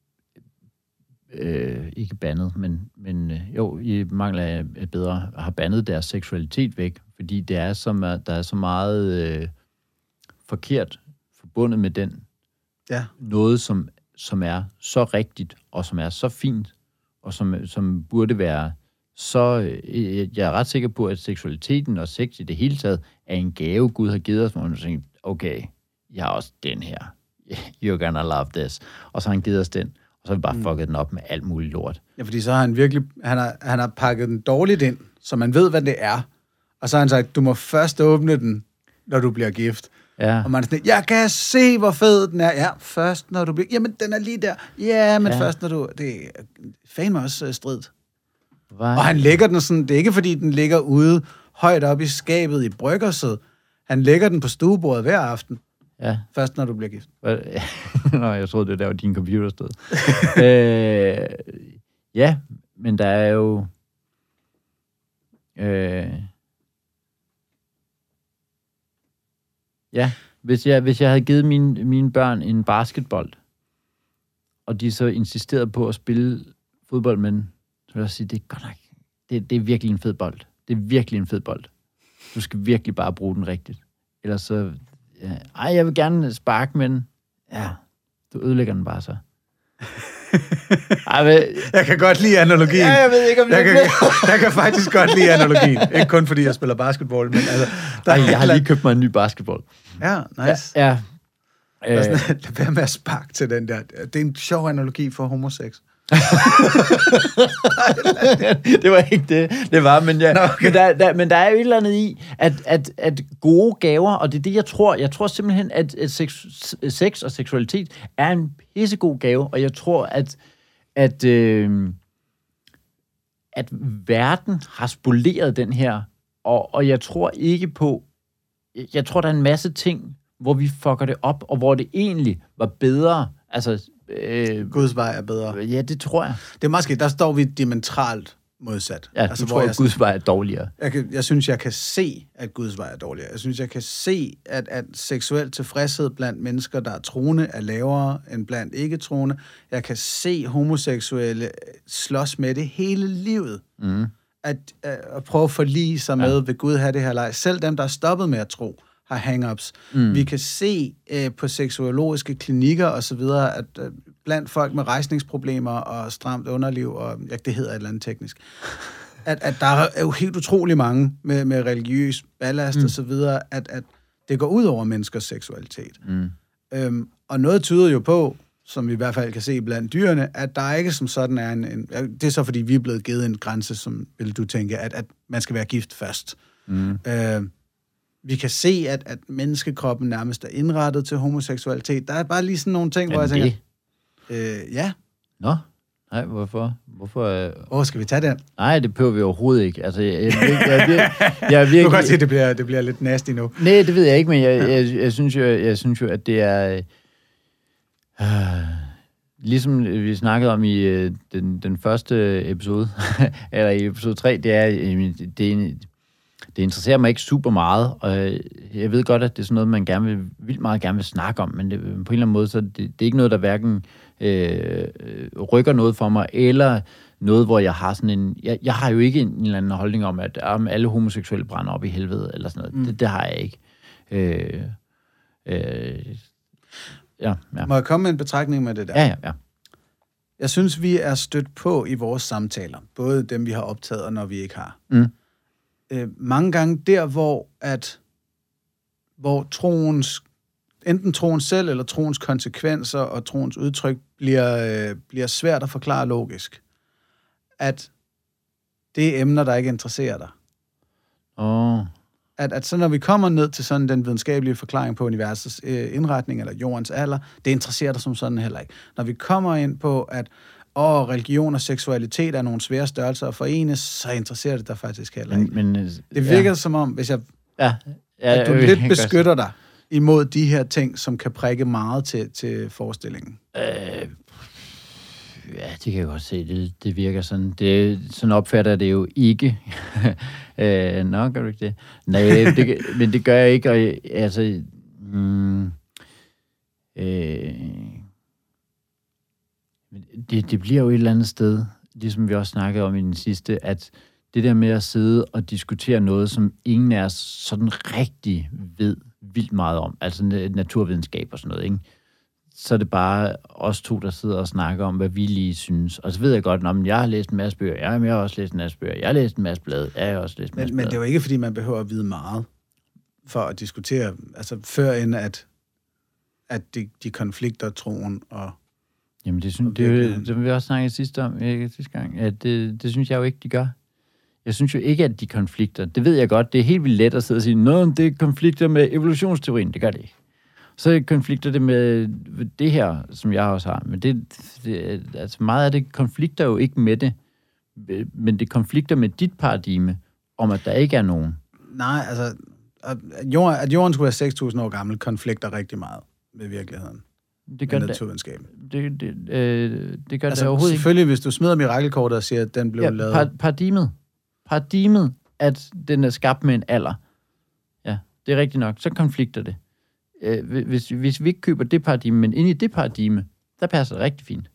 Øh, ikke bandet, men, men øh, jo, i mangel af bedre, har bandet deres seksualitet væk, fordi det er som, der er så meget øh, forkert forbundet med den. Ja. Noget, som, som er så rigtigt, og som er så fint, og som, som burde være så øh, jeg er ret sikker på, at seksualiteten og sex i det hele taget er en gave, Gud har givet os, hvor man tænker, okay, jeg har også den her. You're gonna love this. Og så har han givet os den, og så har vi bare fucket den op med alt muligt lort. Ja, fordi så har han virkelig, han har, han har pakket den dårligt ind, så man ved, hvad det er. Og så har han sagt, du må først åbne den, når du bliver gift. Ja. Og man er sådan, jeg kan se, hvor fed den er. Ja, først når du bliver... Jamen, den er lige der. Ja, men ja. først når du... Det er fandme også uh, stridt. Hvad? Og han lægger den sådan... Det er ikke, fordi den ligger ude højt op i skabet i bryggerset. Han lægger den på stuebordet hver aften. Ja. Først når du bliver gift. Nå, jeg troede, det der var din computer stod. øh, ja, men der er jo... Øh, ja, hvis jeg, hvis jeg havde givet mine, mine børn en basketball, og de så insisterede på at spille fodbold med den, så vil jeg sige, det er godt nok, det, det er virkelig en fed bold. Det er virkelig en fed bold. Du skal virkelig bare bruge den rigtigt. Ellers så, ja, ej, jeg vil gerne sparke med den. Ja, du ødelægger den bare så. Ej, men, jeg kan godt lide analogien. Ja, jeg ved ikke, om jeg, kan, jeg kan faktisk godt lide analogien. Ikke kun fordi jeg spiller basketball, men altså... Der ej, jeg har lige købt mig en ny basketball. Ja, nice. Ja. ja. Øh. Lad være med at sparke til den der. Det er en sjov analogi for homosex. Det var ikke det, det var, men, ja, Nå, okay. men, der, der, men der er jo et eller andet i, at, at, at gode gaver, og det er det, jeg tror, jeg tror simpelthen, at, at sex, sex og seksualitet er en pissegod gave, og jeg tror, at, at, øh, at verden har spoleret den her, og, og jeg tror ikke på, jeg tror, der er en masse ting, hvor vi fucker det op, og hvor det egentlig var bedre, altså Øh, Guds vej er bedre. Ja, det tror jeg. Det er måske, der står vi diametralt modsat. Ja, altså, du tror, at Guds vej er dårligere. Jeg, kan, jeg synes, jeg kan se, at Guds vej er dårligere. Jeg synes, jeg kan se, at, at seksuel tilfredshed blandt mennesker, der er troende, er lavere end blandt ikke-troende. Jeg kan se homoseksuelle slås med det hele livet. Mm. At, at, at prøve at forlige sig med, ja. Ved Gud have det her leg. Selv dem, der er stoppet med at tro, har hang-ups. Mm. Vi kan se øh, på seksuologiske klinikker og så videre, at øh, blandt folk med rejsningsproblemer og stramt underliv, og ja, det hedder et eller andet teknisk, at, at der er jo helt utrolig mange med, med religiøs ballast mm. og så videre, at, at det går ud over menneskers seksualitet. Mm. Øhm, og noget tyder jo på, som vi i hvert fald kan se blandt dyrene, at der ikke som sådan er en... en det er så, fordi vi er blevet givet en grænse, som vil du tænke, at, at man skal være gift først. Mm. Øh, Vi kan se, at, at menneskekroppen nærmest er indrettet til homoseksualitet. Der er bare lige sådan nogle ting, hvor jeg tænker... Øh, ja. Nå, nej, hvorfor? Hvorfor? Åh, oh, skal vi tage den? Nej, det behøver vi overhovedet ikke. Altså, jeg, jeg, jeg, jeg, jeg, jeg er virkelig... Du kan godt se, at det bliver, det bliver lidt nasty nu. Nej, det ved jeg ikke, men jeg, jeg, jeg, jeg, synes, jo, jeg synes jo, at det er... Øh, ligesom vi snakkede om i øh, den, den første episode, eller i episode tre, det er... Øh, det er Det interesserer mig ikke super meget, og jeg ved godt, at det er sådan noget, man gerne vil, vildt meget gerne vil snakke om, men det, på en eller anden måde, så det, det er ikke noget, der hverken øh, rykker noget for mig, eller noget, hvor jeg har sådan en... Jeg, jeg har jo ikke en, en eller anden holdning om, at om alle homoseksuelle brænder op i helvede, eller sådan noget. Mm. Det, det har jeg ikke. Øh, øh, ja, ja. Må jeg komme med en betragtning med det der? Ja, ja, ja. Jeg synes, vi er stødt på i vores samtaler, både dem, vi har optaget, og når vi ikke har. Mm. Øh, mange gange der, hvor at hvor troens, enten troen selv, eller troens konsekvenser og troens udtryk bliver, øh, bliver svært at forklare logisk. At det er emner, der ikke interesserer dig. Oh. At, at så når vi kommer ned til sådan den videnskabelige forklaring på universets øh, indretning, eller jordens alder, det interesserer dig som sådan heller ikke. Når vi kommer ind på, at og religion og seksualitet er nogle svære størrelser at forenes, så interesserer det dig faktisk heller ikke. Men, men, det virker ja. som om, hvis jeg, ja. Ja, at du lidt beskytter dig imod de her ting, som kan prikke meget til, til forestillingen. Øh, ja, det kan jeg godt se. Det, det virker sådan. Det, sådan opfatter det jo ikke. øh, Nå, gør du ikke det? Nej, det, men det gør jeg ikke. Og, altså, mm, øh, Det, det bliver jo et eller andet sted, ligesom vi også snakkede om i den sidste, at det der med at sidde og diskutere noget, som ingen af os sådan rigtig ved vildt meget om, altså naturvidenskab og sådan noget, ikke? så er det bare os to, der sidder og snakker om, hvad vi lige synes. Og så ved jeg godt, at jeg har læst en masse bøger, jeg har også læst en masse bøger, jeg har læst en masse blade, jeg har også læst en masse men, men det er jo ikke, fordi man behøver at vide meget for at diskutere, altså før end at, at de, de konflikter, troen og... Jamen, det, synes, det, det, det, det vi også snakke sidste, om, ikke, sidste gang, at det, det synes jeg jo ikke, de gør. Jeg synes jo ikke, at de konflikter, det ved jeg godt, det er helt vildt let at sidde og sige, nå, det er konflikter med evolutionsteorien, det gør det ikke. Så konflikter det med det her, som jeg også har. Men det, det, altså meget af det konflikter jo ikke med det, men det konflikter med dit paradigme, om at der ikke er nogen. Nej, altså, at jorden, at jorden skulle være seks tusind år gammel, konflikter rigtig meget med virkeligheden. Det gør med naturvidenskaben. Det, det, øh, det gør altså, det overhovedet ikke. Selvfølgelig, hvis du smider mirakelkortet og siger, at den blev ja, lavet... Par, paradigmet. Paradigmet, at den er skabt med en alder. Ja, det er rigtigt nok. Så konflikter det. Øh, hvis, hvis vi ikke køber det paradigme, men inde i det paradigme, der passer det rigtig fint.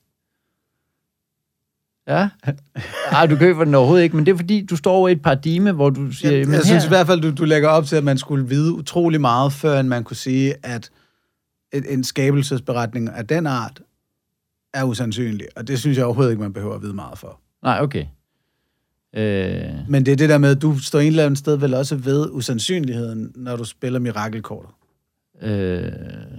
Ja? Ej, du køber den overhovedet ikke, men det er fordi, du står over i et paradigme, hvor du siger... Ja, jeg men synes her... i hvert fald, du, du lægger op til, at man skulle vide utrolig meget, før man kunne sige, at et, en skabelsesberetning af den art er usandsynlig. Og det synes jeg overhovedet ikke, man behøver at vide meget for. Nej, okay. Øh... Men det er det der med, at du står en eller anden sted vel også ved usandsynligheden, når du spiller mirakelkortet. Øh...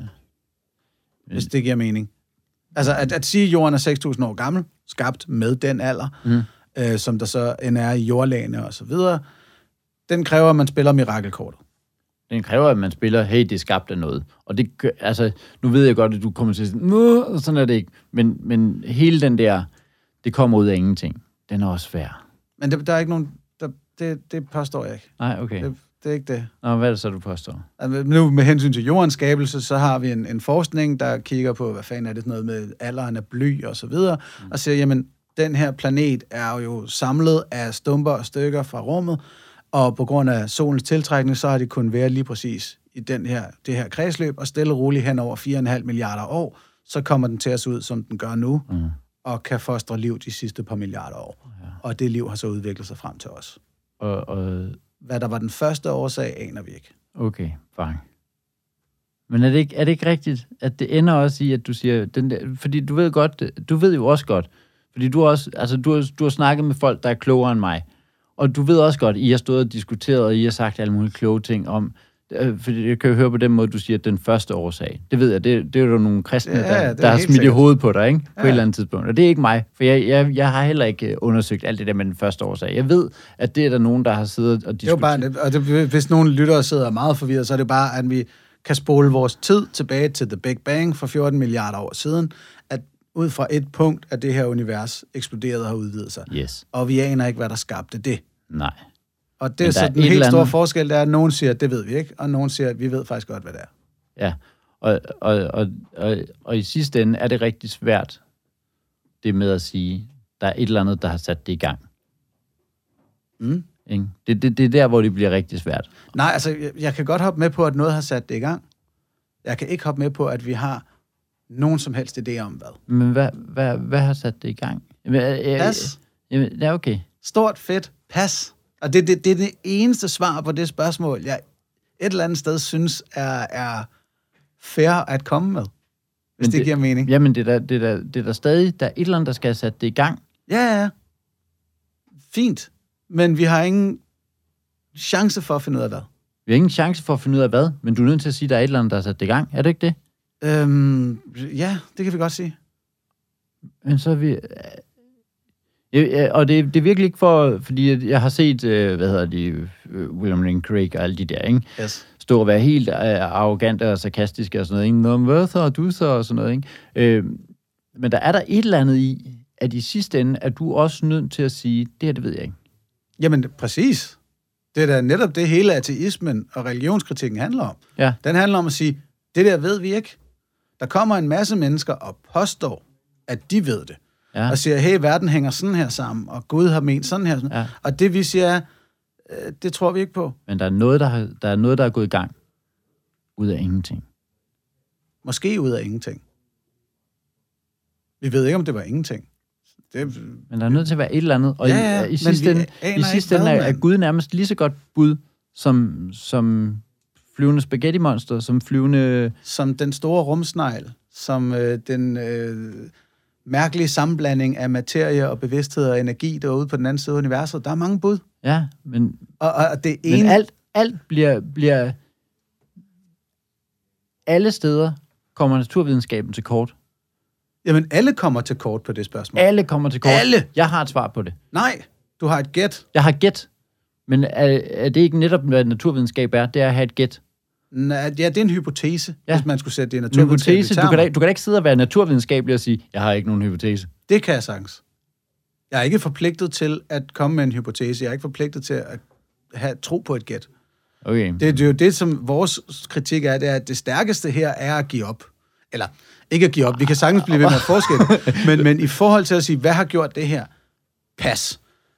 Hvis det giver mening. Altså, at, at sige, at jorden er seks tusind år gammel, skabt med den alder, mm. øh, som der så end er i jordlagene og så videre, den kræver, at man spiller mirakelkortet. Den kræver, at man spiller, hey, det er skabt af noget. Og det, altså, nu ved jeg godt, at du kommer til at sige, sådan er det ikke. Men, men hele den der, det kommer ud af ingenting. Den er også svær. Men det, der er ikke nogen, der, det, det påstår jeg ikke. Nej, okay. Det, det er ikke det. Nå, hvad er det så, du påstår? Altså, nu med hensyn til jordens skabelse, så har vi en, en forskning, der kigger på, hvad fanden er det noget med alderen af bly og så videre, mm. og siger, jamen, den her planet er jo samlet af stumper og stykker fra rummet, og på grund af solens tiltrækning, så har det kun været lige præcis i den her, det her kredsløb, og stille og roligt hen over fire komma fem milliarder år, så kommer den til at se ud, som den gør nu, mm. og kan fostre liv de sidste par milliarder år. Ja. Og det liv har så udviklet sig frem til os. Og... og... Hvad der var den første årsag, aner vi ikke. Okay, fine. Men er det ikke, er det ikke rigtigt, at det ender også i, at du siger, den der, fordi du ved godt, du ved jo også godt, fordi du også, altså du har, du har snakket med folk, der er klogere end mig, og du ved også godt, I har stået og diskuteret, og I har sagt alle mulige kloge ting om, øh, fordi jeg kan jo høre på den måde, du siger, at den første årsag, det ved jeg, det, det er jo nogle kristne, ja, der, der har smidt sikkert i hovedet på dig, ikke? På ja. Et eller andet tidspunkt, og det er ikke mig, for jeg, jeg, jeg har heller ikke undersøgt alt det der med den første årsag. Jeg ved, at det er der nogen, der har siddet og diskuteret. Det er bare, og det, hvis nogen lyttere sidder meget forvirret, så er det bare, at vi kan spole vores tid tilbage til The Big Bang for fjorten milliarder år siden, at ud fra et punkt, at det her univers eksploderede og har udvidet sig. Yes. Og vi aner ikke, hvad der skabte det. Nej. Og det er så den helt store forskel, der er, at nogen siger, at det ved vi ikke, og nogen siger, at vi ved faktisk godt, hvad det er. Ja, og, og, og, og, og i sidste ende er det rigtig svært, det med at sige, der er et eller andet, der har sat det i gang. Mm. Det, det, det er der, hvor det bliver rigtig svært. Nej, altså, jeg, jeg kan godt hoppe med på, at noget har sat det i gang. Jeg kan ikke hoppe med på, at vi har nogen som helst idé om hvad. Men hvad, hvad, hvad har sat det i gang? Pas. Jamen, ja, okay. Stort, fedt, pas. Og det, det, det er det eneste svar på det spørgsmål, jeg et eller andet sted synes er, er fair at komme med. Hvis det, det giver mening. Jamen, det er, der, det, er der, det er der stadig, der er et eller andet, der skal have sat det i gang. Ja, ja. Fint. Men vi har ingen chance for at finde ud af hvad. Vi har ingen chance for at finde ud af hvad, men du er nødt til at sige, at der er et eller andet, der har sat det i gang. Er det ikke det? Øhm, ja, det kan vi godt sige. Men så er vi... Ja, og det, det er virkelig ikke for... Fordi jeg har set, hvad hedder de, William Lane Craig og alle de der, ikke? Yes. Stå og være helt arrogante og sarkastiske og sådan noget, ikke? Nå, hvad så, og du så, og sådan noget, ikke? Øh, men der er der et eller andet i, at i sidste ende er du også nødt til at sige, det her, det ved jeg ikke. Jamen, præcis. Det er da netop det hele ateismen og religionskritikken handler om. Ja. Den handler om at sige, det der ved vi ikke. Der kommer en masse mennesker og påstår, at de ved det. Ja. Og siger, hey, verden hænger sådan her sammen, og Gud har ment sådan her. Sådan. Ja. Og det vi siger er, øh, det tror vi ikke på. Men der er noget, der, har, der er noget, der er gået i gang. Ud af ingenting. Måske ud af ingenting. Vi ved ikke, om det var ingenting. Det, men der er nødt til at være et eller andet. Og ja, ja, i, i sidste ende, i sidste ende er, er Gud nærmest lige så godt bud, som, som flyvende spaghetti-monster, som flyvende... Som den store rumsnegl, som øh, den øh, mærkelige sammenblanding af materie og bevidsthed og energi derude på den anden side af universet. Der er mange bud. Ja, men, og, og det men ene... alt, alt bliver, bliver... Alle steder kommer naturvidenskaben til kort. Jamen, alle kommer til kort på det spørgsmål. Alle kommer til kort. Alle! Jeg har et svar på det. Nej, du har et gæt. Jeg har gæt. Men er, er det ikke netop, hvad naturvidenskab er? Det er at have et gæt. Nej, ja, det er en hypotese, ja. Hvis man skulle sætte det i En naturvidenskabelige hypotese. termer. Du kan, da, du kan da ikke sidde og være naturvidenskabelig og sige, jeg har ikke nogen hypotese. Det kan jeg sagtens. Jeg er ikke forpligtet til at komme med en hypotese. Jeg er ikke forpligtet til at have tro på et gæt. Okay. Det, det er jo det, som vores kritik er, det er, at det stærkeste her er at give op. Eller ikke at give op, vi kan sagtens blive ved med at forske, men, men i forhold til at sige, hvad har gjort det her? Pas.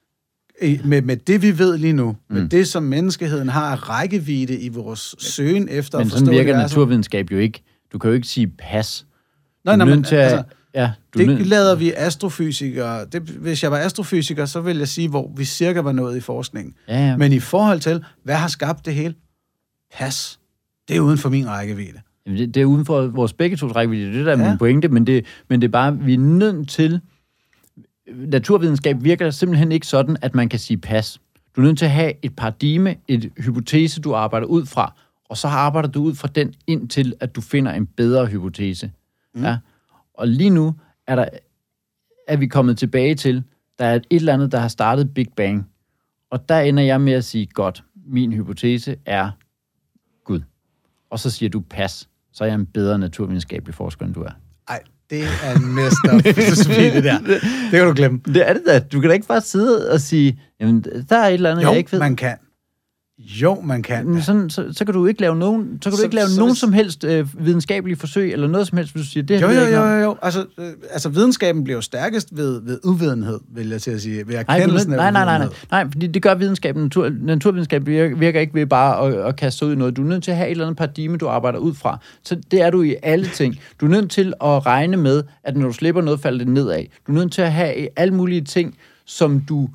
I, med, med det, vi ved lige nu, mm. med det, som menneskeheden har af rækkevidde i vores søgen efter men at forstå sådan virker universet. Naturvidenskab jo ikke. Du kan jo ikke sige pas. Nej, nej, men til at, altså, ja, du det nød... lader vi astrofysikere. Det, hvis jeg var astrofysiker, så ville jeg sige, hvor vi cirka var nået i forskningen. Ja, ja. Men i forhold til, hvad har skabt det hele? Pas. Det er uden for min rækkevidde. Jamen, det, det er uden for vores begge tos rækkevidde. Det er der Ja. min pointe, men det, men det er bare, vi er nødt til... Naturvidenskab virker simpelthen ikke sådan, at man kan sige pas. Du er nødt til at have et paradigme, et hypotese, du arbejder ud fra, og så arbejder du ud fra den indtil, at du finder en bedre hypotese. Mm. Ja? Og lige nu er, der, er vi kommet tilbage til, der er et eller andet, der har startet Big Bang. Og der ender jeg med at sige, godt, min hypotese er Gud. Og så siger du pas, så er jeg en bedre naturvidenskabelig forsker, end du er. Ej, det er en mesterfilosofi, det der. Det kan du glemme. Det er det da. Du kan da ikke bare sidde og sige, jamen, der er et eller andet, jo, jeg ikke ved. man kan. Jo, man kan. Men sådan, så, så kan du ikke lave nogen, så kan du Så- ikke lave så nogen hvis- som helst øh, videnskabelige forsøg, eller noget som helst, hvis du siger, det her Jo, ved jo, jeg ikke jo, noget om. jo, jo. Altså, øh, altså, videnskaben bliver jo stærkest ved, ved uvidenhed, vil jeg til at sige. Ved Nej, du er erkendelsen nødt- af nej, nej, nej, nej. uvidenhed. Nej, fordi det gør videnskaben. Natur, naturvidenskab virker, virker ikke ved bare at, at kaste sig ud i noget. Du er nødt til at have et eller andet paradigme, du arbejder ud fra. Så det er du i alle ting. Du er nødt til at regne med, at når du slipper noget, falder det nedad. Du er nødt til at have alle mulige ting, som du,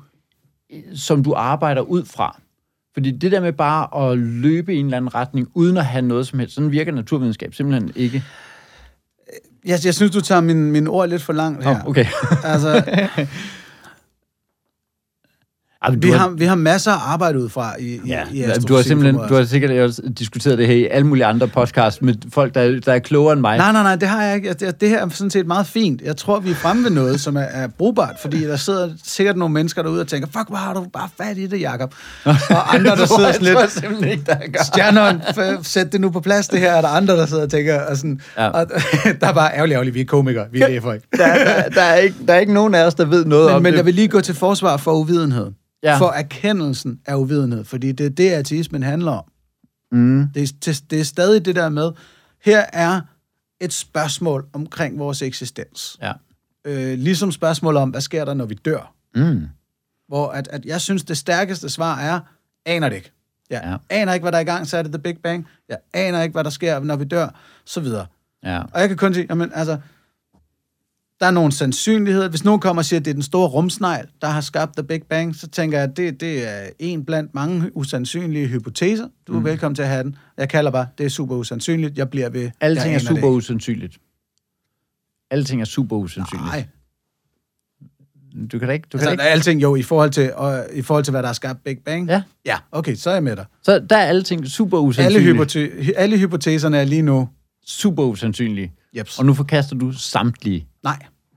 som du arbejder ud fra. Fordi det der med bare at løbe i en eller anden retning, uden at have noget som helst, sådan virker naturvidenskab simpelthen ikke. Jeg, jeg synes, du tager min, min ord lidt for langt her. Oh, okay. Altså, Ej, men vi du har, vi har masser af arbejde ud fra i, i, Ja, i du har simpelthen, du har sikkert også diskuteret det her i alle mulige andre podcasts med folk, der, der er klogere end mig. Nej, nej, nej, det har jeg ikke. Det, det her er sådan set meget fint. Jeg tror, vi er fremme ved noget, som er, er brugbart, fordi der sidder sikkert nogle mennesker derude og tænker, fuck, hvor har du bare fat i det, Jacob. Og andre, der sidder sådan lidt, Jeg tror simpelthen ikke, der gør. stjerneren, f- sæt det nu på plads, det her. Er der andre, der sidder og tænker, og sådan, Ja. og, der er bare ærgerligt, ærgerligt, vi er komikere, vi er lægefolk. Der, der, der, er ikke, der er ikke nogen af os, der ved noget Men, om men det. jeg vil lige gå til forsvar for uvidenhed. Ja. For erkendelsen af uvidenhed, fordi det er det, ateismen handler om. Mm. Det er, det, det er stadig det der med, her er et spørgsmål omkring vores eksistens. Ja. Øh, ligesom spørgsmål om, hvad sker der, når vi dør? Mm. Hvor at, at jeg synes, det stærkeste svar er, aner det ikke. Jeg Ja. aner ikke, hvad der er i gang, så er det The Big Bang. Jeg aner ikke, hvad der sker, når vi dør, så videre. Ja. Og jeg kan kun sige, jamen, altså, der er nogle sandsynligheder. Hvis nogen kommer og siger, at det er den store rumsnegl, der har skabt The Big Bang, så tænker jeg, at det, det er en blandt mange usandsynlige hypoteser. Du er mm. velkommen til at have den. Jeg kalder bare, det er super usandsynligt. Jeg bliver ved. Alting jeg er aner super det ikke. usandsynligt. Alting er super usandsynligt. Nej. Du kan da ikke... Du kan Altså, da ikke. der er alting jo i forhold til, og, i forhold til, hvad der har skabt Big Bang. Ja. Ja, okay, så er jeg med dig. Så der er alting super Alle, usandsynligt. hypote- alle hypoteserne er lige nu. Super usandsynlige. Jeps. Og nu forkaster du samtlige. Nej.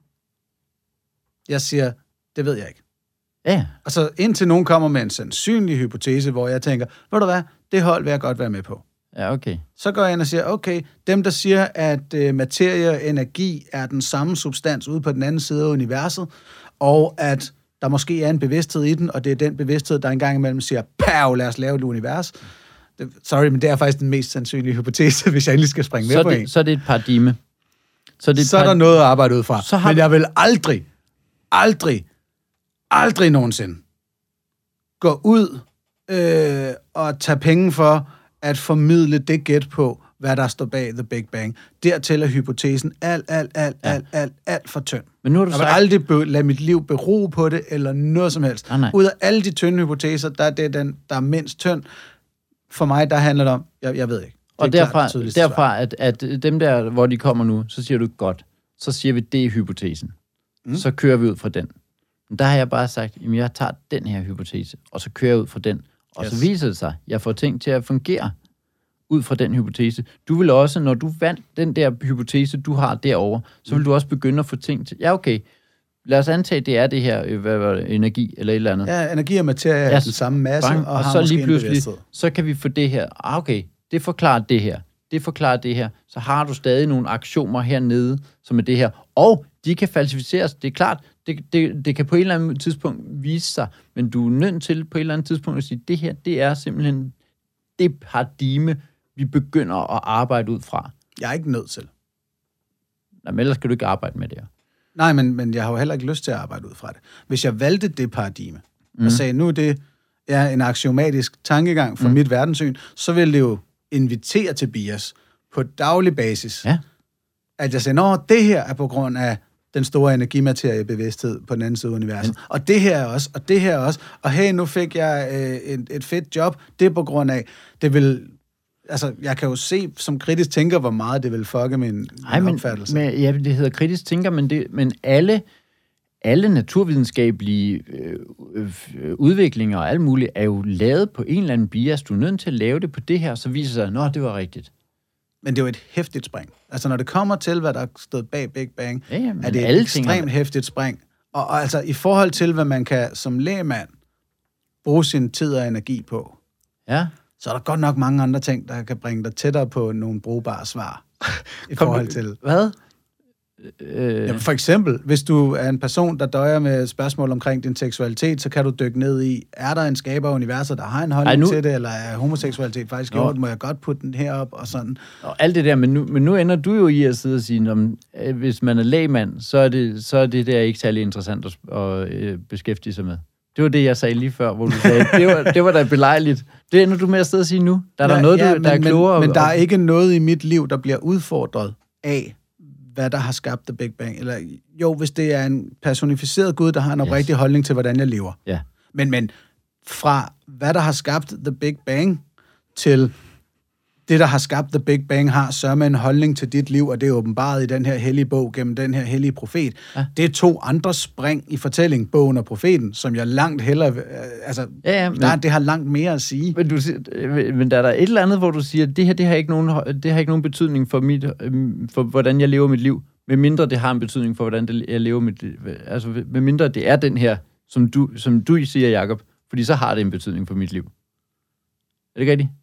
Jeg siger, det ved jeg ikke. Ja. Altså, indtil nogen kommer med en sandsynlig hypotese, hvor jeg tænker, ved du hvad, det hold vil jeg godt være med på. Ja, okay. Så går jeg ind og siger, okay, dem der siger, at øh, materie og energi er den samme substans ude på den anden side af universet, og at der måske er en bevidsthed i den, og det er den bevidsthed, der engang imellem siger, pav, lad os lave et univers. Det, sorry, men det er faktisk den mest sandsynlige hypotese, hvis jeg endelig skal springe med Så er, på en. det, så er det et paradigme. Så er, det et Så er der par- noget at arbejde ud fra. Så har Men vi- jeg vil aldrig, aldrig, aldrig nogensinde gå ud øh, og tage penge for at formidle det gæt på, hvad der står bag The Big Bang. Dertil er hypotesen alt, alt, alt, Ja. alt, alt, alt for tynd. Men nu har du Jeg vil sagt... aldrig be- lade mit liv bero på det, eller noget som helst. Nej, nej. Ud af alle de tynde hypoteser, der er det den, der er mindst tynd. For mig, der handler det om, jeg, jeg ved ikke. Og derfra, derfra at, at dem der, hvor de kommer nu, så siger du godt. Så siger vi, det er hypotesen. Mm. Så kører vi ud fra den. Men der har jeg bare sagt, jamen jeg tager den her hypotese, og så kører jeg ud fra den. Og yes. så viser det sig, at jeg får ting til at fungere ud fra den hypotese. Du vil også, når du vandt den der hypotese, du har derovre, så vil mm. du også begynde at få ting til. Ja, okay. Lad os antage, det er det her hvad var det, energi eller et eller andet. Ja, energi og materie er ja, den samme masse, bang, og, og har så måske lige pludselig, så kan vi få det her. Ah, okay, det forklarer det her. Det forklarer det her. Så har du stadig nogle aktioner hernede, som er det her. Og de kan falsificeres. Det er klart, det, det, det kan på et eller andet tidspunkt vise sig, men du er nødt til på et eller andet tidspunkt at sige, det her, det er simpelthen det paradigme, vi begynder at arbejde ud fra. Jeg er ikke nødt til. Nej, men ellers skal du ikke arbejde med det her. Nej, men, men jeg har jo heller ikke lyst til at arbejde ud fra det. Hvis jeg valgte det paradigme, mm. og sagde, nu er det ja, en aksiomatisk tankegang fra mm. mit verdenssyn, så vil det jo invitere til bias på daglig basis. Ja. At jeg siger, nå, det her er på grund af den store energimateriebevidsthed på den anden side af universet. Men, og det her også, og det her også. Og hey, nu fik jeg øh, et, et fedt job. Det er på grund af, det vil... Altså, jeg kan jo se som kritisk tænker, hvor meget det vil fucke min, min Ej, men, opfattelse. Men, ja, det hedder kritisk tænker, men, det, men alle, alle naturvidenskabelige øh, øh, udviklinger og alt muligt er jo lavet på en eller anden bias. Du er nødt til at lave det på det her, så viser sig, at nå, det var rigtigt. Men det er jo et hæftigt spring. Altså, når det kommer til, hvad der er stået bag Big Bang, ja, jamen, er det et ekstremt hæftigt spring. Og, og altså, i forhold til, hvad man kan som lægmand bruge sin tid og energi på, ja. så er der godt nok mange andre ting, der kan bringe dig tættere på nogle brugbare svar i forhold til... Hvad? Øh... Ja, for eksempel, hvis du er en person, der døjer med spørgsmål omkring din seksualitet, så kan du dykke ned i, er der en skaber af universet, der har en holdning Ej, nu... til det, eller er homoseksualitet faktisk gjort, må jeg godt putte den herop, og sådan. Og alt det der, men nu, men nu ender du jo i at sidde og sige, at hvis man er lægmand, så er det, så er det der ikke særlig interessant at, at øh, beskæftige sig med. Det var det, jeg sagde lige før, hvor du sagde, det var, det var da belejligt. Det ender du med at sidde og sige nu. Der er ja, der noget, ja, du, der men, er klogere. Men, men der er ikke noget i mit liv, der bliver udfordret af, hvad der har skabt The Big Bang. Eller jo, hvis det er en personificeret Gud, der har en oprigtig yes. holdning til, hvordan jeg lever. Ja. Men, men fra hvad der har skabt The Big Bang, til det, der har skabt The Big Bang, har sørme en holdning til dit liv, og det er åbenbaret i den her hellige bog, gennem den her hellige profet. Ja. Det er to andre spring i fortælling, bogen og profeten, som jeg langt hellere... Altså, ja, ja, men, der, det har langt mere at sige. Men, du, men der er der et eller andet, hvor du siger, det her det har ikke nogen, det har ikke nogen betydning for, mit, for, hvordan jeg lever mit liv, med mindre det har en betydning for, hvordan det, jeg lever mit liv. Altså, med mindre det er den her, som du, som du siger, Jacob, fordi så har det en betydning for mit liv. Er det ikke rigtigt?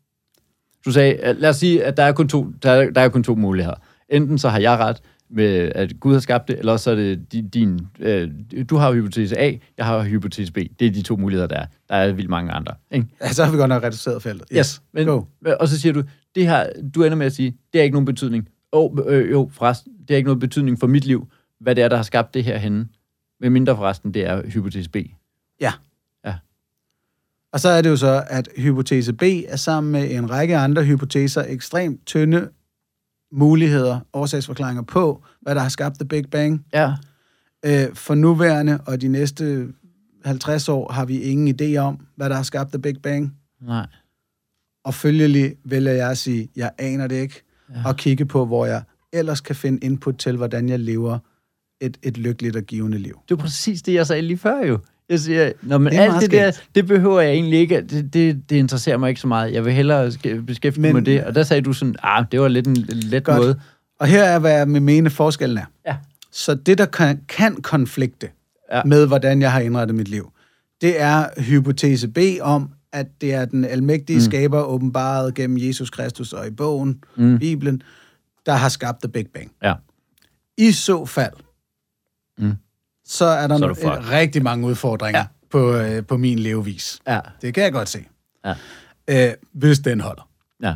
Du sagde, lad os sige, at der er kun to, der, der er kun to muligheder. Enten så har jeg ret med, at Gud har skabt det, eller så er det din... Øh, du har hypotese A, jeg har hypotese B. Det er de to muligheder, der er. Der er vildt mange andre. Ikke? Ja, så har vi godt nok reduceret feltet. Yes, yes. Men, Go. Og så siger du, det her, du ender med at sige, det har ikke nogen betydning. Oh, øh, jo, forresten, det har ikke nogen betydning for mit liv, hvad det er, der har skabt det her henne. Med mindre forresten, det er hypotese B. Ja. Ja. Og så er det jo så, at hypotese B er sammen med en række andre hypoteser ekstremt tynde muligheder, årsagsforklaringer på, hvad der har skabt The Big Bang. Ja. Øh, for nuværende og de næste halvtreds år har vi ingen idé om, hvad der har skabt The Big Bang. Nej. Og følgelig vælger jeg at sige, jeg aner det ikke, ja. Og kigge på, hvor jeg ellers kan finde input til, hvordan jeg lever et, et lykkeligt og givende liv. Det er præcis det, jeg sagde lige før jo. Jeg siger, nå, men det alt det der, det behøver jeg egentlig ikke. Det, det, det interesserer mig ikke så meget. Jeg vil hellere beskæftige mig med det. Og der sagde du sådan, ah, det var lidt en let godt. Måde. Og her er, hvad jeg med mene forskellen er. Ja. Så det, der kan, kan konflikte ja. med, hvordan jeg har indrettet mit liv, det er hypotese B om, at det er den almægtige mm. skaber, åbenbaret gennem Jesus Kristus og i bogen, mm. Bibelen, der har skabt The Big Bang. Ja. I så fald, mm. så er der så er no- rigtig mange udfordringer ja. på, øh, på min levevis. Ja. Det kan jeg godt se. Ja. Øh, hvis den holder. Ja.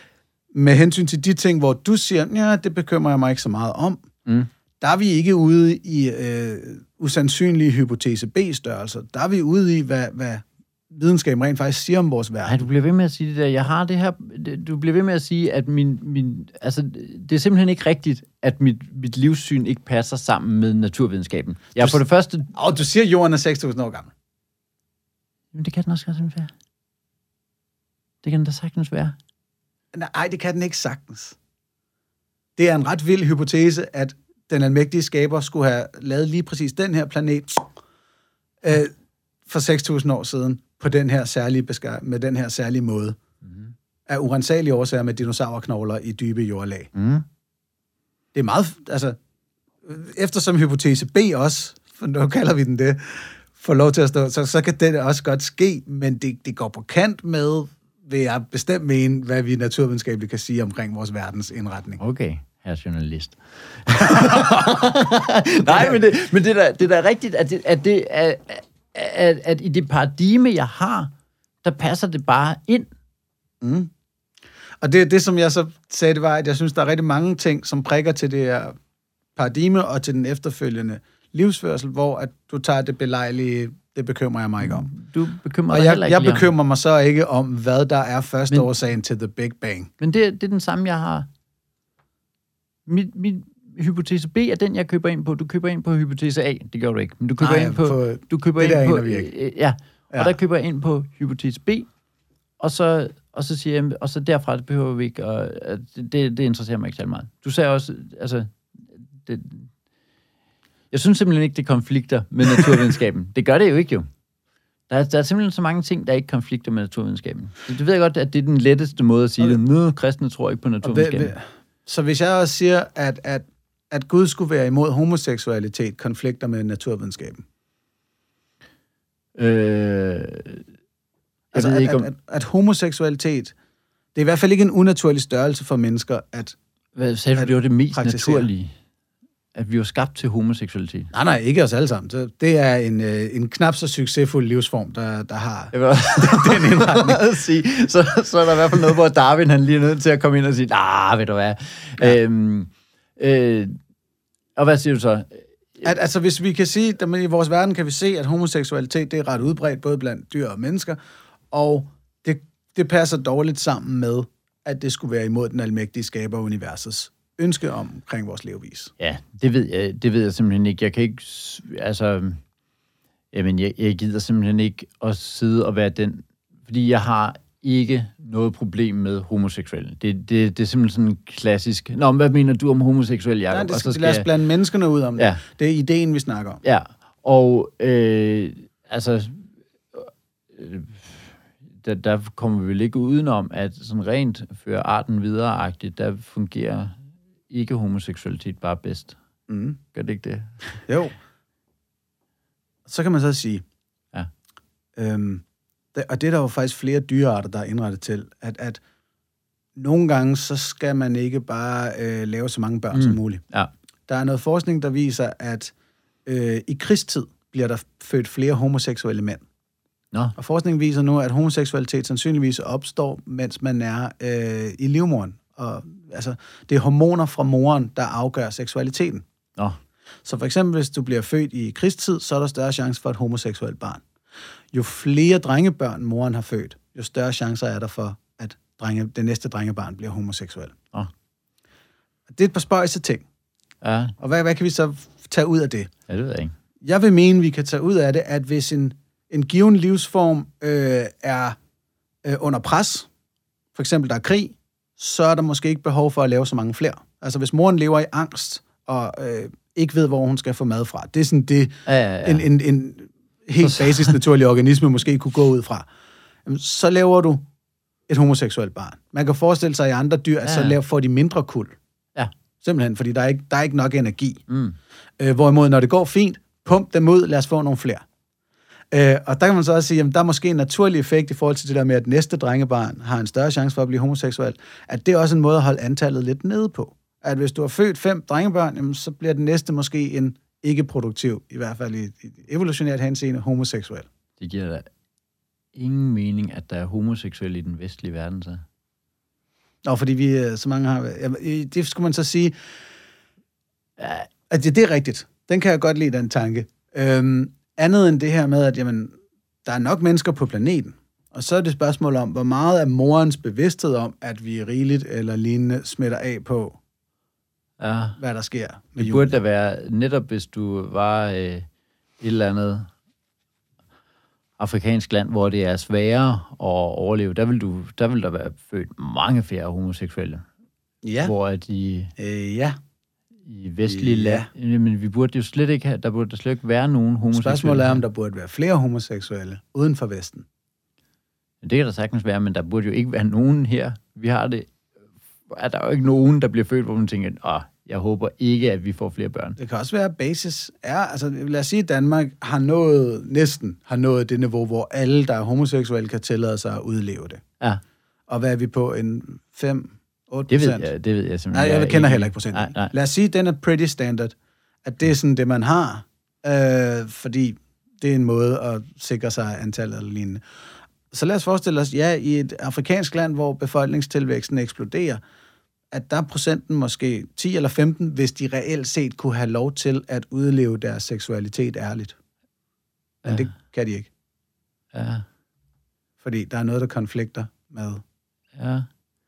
Med hensyn til de ting, hvor du siger, ja, det bekymrer jeg mig ikke så meget om, mm. der er vi ikke ude i øh, usandsynlige hypotese B-størrelser. Der er vi ude i, hvad, hvad videnskaben rent faktisk siger om vores verden. Nej, du bliver ved med at sige det der. Jeg har det her... Du bliver ved med at sige, at min... min altså, det er simpelthen ikke rigtigt, at mit, mit livssyn ikke passer sammen med naturvidenskaben. Jeg er for det første... Åh, oh, du siger, at jorden er seks tusind år gammel. Jamen, det kan den også sagtens være. Det kan den da sagtens være. Nej, det kan den ikke sagtens. Det er en ret vild hypotese, at den almægtige skaber skulle have lavet lige præcis den her planet øh, for seks tusind år siden på den her særlige beskar- med den her særlige måde. Mm-hmm. Af urensagelige årsager med dinosaurknogler i dybe jordlag. Mm. Det er meget... Altså, eftersom hypotese B også, for nu kalder vi den det, får lov til at stå, så, så kan det også godt ske, men det, det går på kant med, vil jeg bestemt mene, hvad vi naturvidenskabeligt kan sige omkring vores verdens indretning. Okay, herre journalist. Nej, men det, men det, der, det der er rigtigt, at, det, at, det, at, at, at i det paradigme, jeg har, der passer det bare ind. Mm. Og det, det, som jeg så sagde, det var, at jeg synes, der er rigtig mange ting, som prikker til det her paradigme og til den efterfølgende livsførsel, hvor at du tager det belejlige, det bekymrer jeg mig ikke om. Du bekymrer og dig jeg, heller ikke jeg bekymrer mig så ikke om, hvad der er første men, årsagen til The Big Bang. Men det, det er den samme, jeg har. Mit, mit hypotese B er den, jeg køber ind på. Du køber ind på hypotese A. Det gør du ikke. Men du køber Nej, ind på... på du køber det ind på, vi ikke. Øh, ja, og ja. Der køber jeg ind på hypotese B, og så, og så siger jeg, og så derfra, det behøver vi ikke, og det, det interesserer mig ikke så meget. Du sagde også, altså... Det, jeg synes simpelthen ikke, det konflikter med naturvidenskaben. Det gør det jo ikke, jo. Der er, der er simpelthen så mange ting, der ikke konflikter med naturvidenskaben. Det ved jeg godt, at det er den letteste måde at sige okay. det. Nå, kristne tror ikke på naturvidenskaben. Ved, ved, så hvis jeg også siger, at, at, at Gud skulle være imod homoseksualitet, konflikter med naturvidenskaben? Øh, jeg altså, ved at, ikke om... at, at, at homoseksualitet, det er i hvert fald ikke en unaturlig størrelse for mennesker, at Hvad sagde du, at det var det mest praktisere. naturlige? At vi var skabt til homoseksualitet? Nej, nej, ikke os alle sammen. Så det er en, øh, en knap så succesfuld livsform, der, der har den indretning. så, så er der i hvert fald noget, hvor Darwin han lige er nødt til at komme ind og sige, nah, ved du hvad. Ja. Øhm, øh, og hvad siger du så? At, altså, hvis vi kan sige, at i vores verden kan vi se, at homoseksualitet det er ret udbredt, både blandt dyr og mennesker, og det, det passer dårligt sammen med, at det skulle være imod den almægtige skaber af universets ønske om, omkring vores levevis. Ja, det ved jeg, det ved jeg simpelthen ikke. Jeg kan ikke, altså, jamen, jeg, jeg gider simpelthen ikke at sidde og være den, fordi jeg har ikke noget problem med homoseksuelle. Det, det, det er simpelthen sådan klassisk, nå, hvad mener du om homoseksuelle, Jacob? Nej, det skal, og så skal lad os blande menneskerne ud om det. Ja. Det er ideen, vi snakker om. Ja, og øh, altså, øh, der, der kommer vi vel ikke udenom, at sådan rent fører arten videre-agtigt, der fungerer ikke homoseksualitet bare bedst. Mm. Gør det ikke det? Jo. Så kan man så sige, ja. øhm, det, og det er der jo faktisk flere dyrearter, der er indrettet til, at, at nogle gange, så skal man ikke bare øh, lave så mange børn mm. som muligt. Ja. Der er noget forskning, der viser, at øh, i krigstid bliver der født flere homoseksuelle mænd. Nå. Og forskningen viser nu, at homoseksualitet sandsynligvis opstår, mens man er øh, i livmoderen. Og, altså, det er hormoner fra moren, der afgør seksualiteten. Nå. Så for eksempel, hvis du bliver født i krigstid, så er der større chance for et homoseksuelt barn. Jo flere drengebørn moren har født, jo større chancer er der for, at drenge, det næste drengebarn bliver homoseksuel. Nå. Det er et par spøjse ting. Ja. Og hvad, hvad kan vi så tage ud af det? Ja, det ved jeg ikke. Jeg vil mene, vi kan tage ud af det, at hvis en, en given livsform øh, er øh, under pres, for eksempel der er krig, så er der måske ikke behov for at lave så mange flere. Altså hvis moren lever i angst, og øh, ikke ved, hvor hun skal få mad fra, det er sådan det, ja, ja, ja. En, en, en helt basis naturlig organisme måske kunne gå ud fra. Jamen, så laver du et homoseksuelt barn. Man kan forestille sig, at i andre dyr, ja. Så laver, får de mindre kuld. Ja. Simpelthen, fordi der er ikke, der er ikke nok energi. Mm. Øh, hvorimod, når det går fint, pump dem ud, lad os få nogle flere. Øh, og der kan man så også sige, at der er måske en naturlig effekt i forhold til det der med, at næste drengebarn har en større chance for at blive homoseksuel, at det er også en måde at holde antallet lidt nede på. At hvis du har født fem drengebørn, jamen, så bliver den næste måske en ikke-produktiv, i hvert fald i, i evolutionært henseende, homoseksuel. Det giver da ingen mening, at der er homoseksuelle i den vestlige verden, så. Nå, fordi vi så mange har... Ja, det skulle man så sige... At det, det er rigtigt. Den kan jeg godt lide, den tanke. Øhm, andet end det her med, at jamen, der er nok mennesker på planeten. Og så er det spørgsmål om, hvor meget af morens bevidsthed om, at vi er rigeligt eller lignende smitter af på, ja. Hvad der sker med det burde da være, netop hvis du var øh, et eller andet afrikansk land, hvor det er sværere at overleve, der vil, du, der vil der være født mange flere homoseksuelle. Ja. Hvor at de... Øh, ja. I vestlige Ja. lande, men vi burde jo slet ikke have, der burde der slet ikke være nogen homoseksuelle. Spørgsmålet er, om der burde være flere homoseksuelle uden for Vesten. Det kan der sagtens være, men der burde jo ikke være nogen her. Vi har det... Er der jo ikke nogen, der bliver født, hvor man tænker, åh, jeg håber ikke, at vi får flere børn. Det kan også være, at basis er... Altså, lad os sige, at Danmark har nået, næsten har nået det niveau, hvor alle, der er homoseksuelle, kan tillade sig at udleve det. Ja. Og hvad er vi på? En fem otte Det procent? ved jeg, det ved jeg simpelthen. Nej, jeg, jeg kender ikke, heller ikke procenten. Nej, nej. Lad os sige, at den er pretty standard. At det er sådan det, man har. Øh, fordi det er en måde at sikre sig antallet eller lignende. Så lad os forestille os, ja, i et afrikansk land, hvor befolkningstilvæksten eksploderer, at der er procenten måske ti eller femten, hvis de reelt set kunne have lov til at udleve deres seksualitet ærligt. Men ja. Det kan de ikke. Ja. Fordi der er noget, der konflikter med. Ja.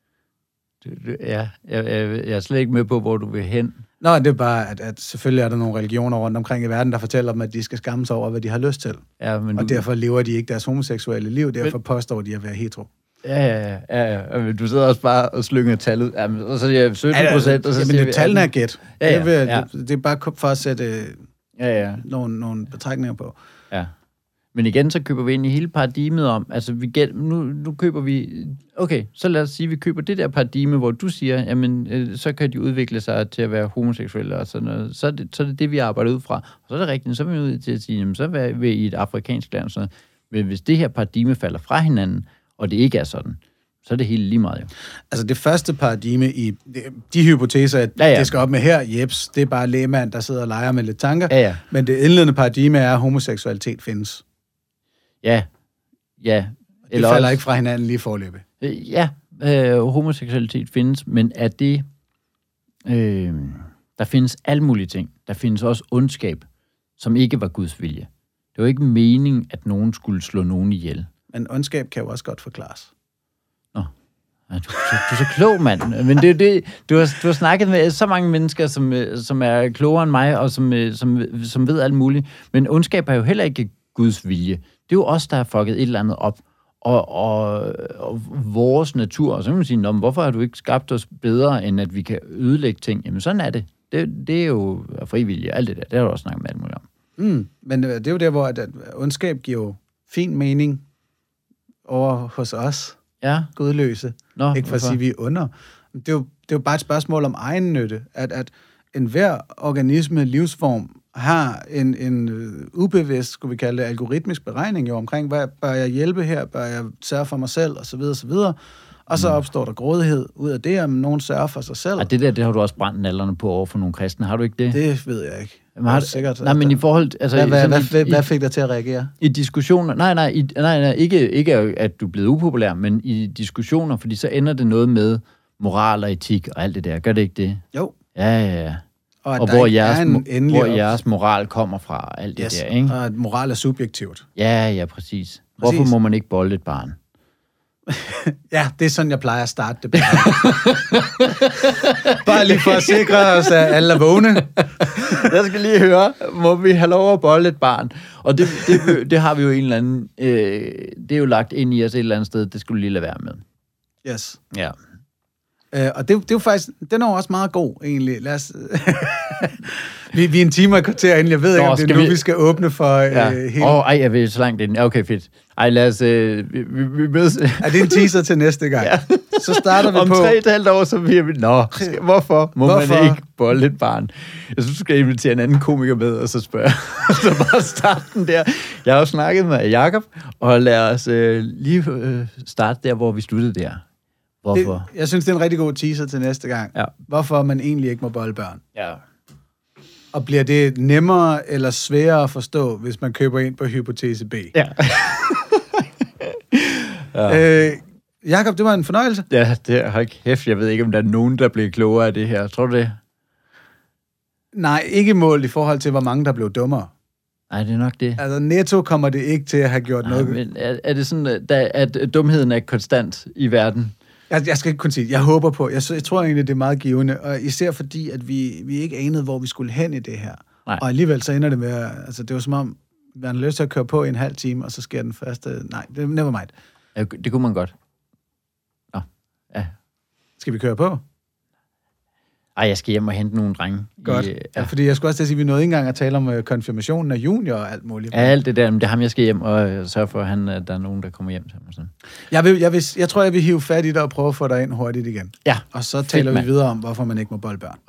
Du, du, ja, jeg, jeg, jeg er slet ikke med på, hvor du vil hen. Nå, det er bare, at, at selvfølgelig er der nogle religioner rundt omkring i verden, der fortæller dem, at de skal skamme sig over, hvad de har lyst til. Ja, men og du... derfor lever de ikke deres homoseksuelle liv, derfor men... påstår de at være hetero. Ja, ja, ja, ja. Du sidder også bare og slynger tallet. Jamen, og så siger jeg sytten procent. Ja, jamen, det tallene er gæt. Ja, ja, det, vil, ja. det, det er bare for at sætte ja, ja. Nogle, nogle betragtninger på. Ja. Men igen, så køber vi ind i hele paradigmet om, altså vi gæld, nu, nu køber vi, okay, så lad os sige, at vi køber det der paradigme, hvor du siger, jamen, øh, så kan de udvikle sig til at være homoseksuelle og sådan noget. Så er det så er det, det, vi arbejder ud fra. Og så er det rigtigt, så er vi ud til at sige, jamen, så er vi i et afrikansk land. Så, men hvis det her paradigme falder fra hinanden, og det ikke er sådan, så er det helt lige meget jo. Altså det første paradigme i de hypoteser, at ja, ja. det skal op med her, jeps, det er bare lægmand, der sidder og leger med lidt tanker, ja, ja. Men det indledende paradigme er, at homoseksualitet findes. Ja, ja. Det falder også, ikke fra hinanden lige forløbet. Øh, ja, øh, homoseksualitet findes, men er det... Øh, der findes alle mulige ting. Der findes også ondskab, som ikke var Guds vilje. Det var ikke meningen, at nogen skulle slå nogen ihjel. Men ondskab kan jo også godt forklares. Nå, ja, du, du, du er så klog, mand. Men det er det, du har, du har snakket med så mange mennesker, som, som er klogere end mig, og som, som, som ved alt muligt. Men ondskab er jo heller ikke Guds vilje. Det er jo os, der har fucket et eller andet op. Og, og, og vores natur. Og så kan man sige, hvorfor har du ikke skabt os bedre, end at vi kan ødelægge ting? Jamen, sådan er det. Det, det er jo frivillige, alt det der. Det har du også snakket med alt muligt om. Mm, men det er jo der, hvor at, at ondskab giver jo fin mening over hos os. Ja. Gudløse. Nå, ikke for at sige, vi er under. Det er, jo, det er jo bare et spørgsmål om egen nytte. At, at enhver organisme, livsform, har en, en ubevidst, skulle vi kalde det, algoritmisk beregning jo omkring, hvad bør jeg hjælpe her, bør jeg sørge for mig selv, og så videre, og så videre. Og så opstår der grådighed ud af det, om nogen sørger for sig selv. Ja, det der, det har du også brændt nallerne på over for nogle kristne. Har du ikke det? Det ved jeg ikke. Jamen, har du, sikkert, nej, men i forhold... Altså, hvad, hvad, hvad, i, hvad fik dig til at reagere? I diskussioner... Nej, nej, i, nej, nej ikke, ikke at du er blevet upopulær, men i diskussioner, fordi så ender det noget med moral og etik og alt det der. Gør det ikke det? Jo. Ja, ja, ja. Og, og hvor, jeres, hvor jeres moral kommer fra, alt det yes. der, ikke? Og at moral er subjektivt. Ja, ja, præcis. præcis. Hvorfor må man ikke bolde et barn? Ja, det er sådan, jeg plejer at starte det. Bare lige for at sikre os, at alle er vågne. Jeg skal lige høre, må vi have lov at bolde et barn? Og det, det, det har vi jo en eller anden... Øh, det er jo lagt ind i os et eller andet sted, det skulle du lige lade være med. Yes. Ja. Øh, og det, det er jo faktisk... Den er jo også meget god, egentlig. Lad os... vi, vi er en time og kvarter inden. Jeg ved Nå, ikke, om det er nu, vi... vi skal åbne for ja. øh, hele... Åh, oh, ej, jeg ved så langt ind. Okay, fedt. Ej, lad os... Øh, vi, vi, vi mødes... Er det en teaser til næste gang? Ja. Så starter vi om på... Om tre et halvt år, så bliver vi... Nå, hvorfor må hvorfor? man ikke bolde et barn? Jeg synes, du skal invitere en anden komiker med, og så spørge. Så bare starte den der. Jeg har jo snakket med Jakob, og lad os øh, lige øh, starte der, hvor vi sluttede der. Hvorfor? Det, jeg synes, det er en rigtig god teaser til næste gang. Ja. Hvorfor man egentlig ikke må bolde børn. Ja. Og bliver det nemmere eller sværere at forstå, hvis man køber ind på hypotese B? Ja. ja. Øh, Jakob, det var en fornøjelse. Ja, det er ikke hæft. Jeg ved ikke, om der er nogen, der bliver klogere af det her. Tror du det? Nej, ikke målt i forhold til, hvor mange der blev dummere. Nej, det er nok det. Altså netto kommer det ikke til at have gjort Nej, noget. Men er, er det sådan, at, at dumheden er konstant i verden? Jeg, jeg skal ikke kun sige, jeg håber på, jeg, jeg tror egentlig, det er meget givende, og især fordi, at vi, vi ikke anede, hvor vi skulle hen i det her. Nej. Og alligevel så ender det med, altså det var som om, man har lyst til at køre på i en halv time, og så sker den første... Nej, det never mind. Ja, det kunne man godt. Nå, ja. Skal vi køre på? Ej, jeg skal hjem og hente nogle drenge. Godt. I, ja. Ja, fordi jeg skulle også til at sige, at vi nåede ikke engang at tale om uh, konfirmationen af junior og alt muligt. Ja, alt det der, men det er ham, jeg skal hjem og sørge for, at, han, at der er nogen, der kommer hjem til ham. Og sådan. Jeg, vil, jeg, vil, jeg tror, jeg vil hive fat i dig og prøve at få dig ind hurtigt igen. Ja. Og så taler Fedt, vi videre om, hvorfor man ikke må bolde børn.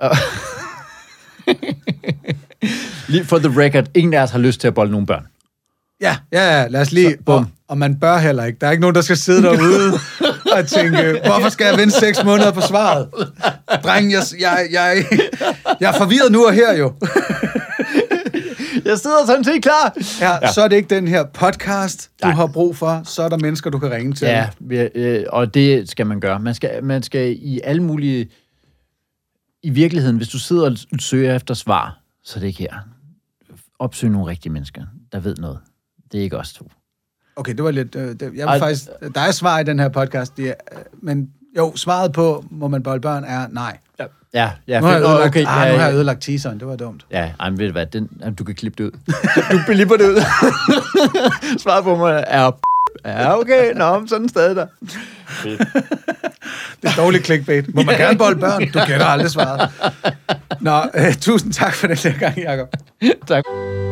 Lige for the record, ingen af os har lyst til at bolde nogle børn. Ja, ja, ja. Lad os lige... Så, og, og man bør heller ikke. Der er ikke nogen, der skal sidde derude og tænke, hvorfor skal jeg vente seks måneder på svaret? Dreng, jeg, jeg, jeg, jeg er forvirret nu og her jo. Jeg sidder sådan set klar. Ja, ja. Så er det ikke den her podcast, du Nej. har brug for. Så er der mennesker, du kan ringe til. Ja, øh, og det skal man gøre. Man skal, man skal i alle mulige... I virkeligheden, hvis du sidder og søger efter svar, så er det ikke her. Opsøg nogle rigtige mennesker, der ved noget. Det er ikke os to. Okay, det var lidt... Øh, det, jeg vil Ej, faktisk... Der er svar i den her podcast, det er, øh, men jo, svaret på, må man bolde børn, er nej. Ja, ja. ja Nu har jeg ødelagt, okay, ah, ja, nu har jeg ja. ødelagt teaseren, det var dumt. Ja, ej, men ved du hvad, den, du kan klippe det ud. Du blipper det ud. Svaret på mig er... Ja, okay, nå, sådan stadig der. Det er dårligt clickbait. Må man gerne bolde børn? Du kender aldrig svaret. Nå, øh, tusind tak for den her gang, Jacob. Tak.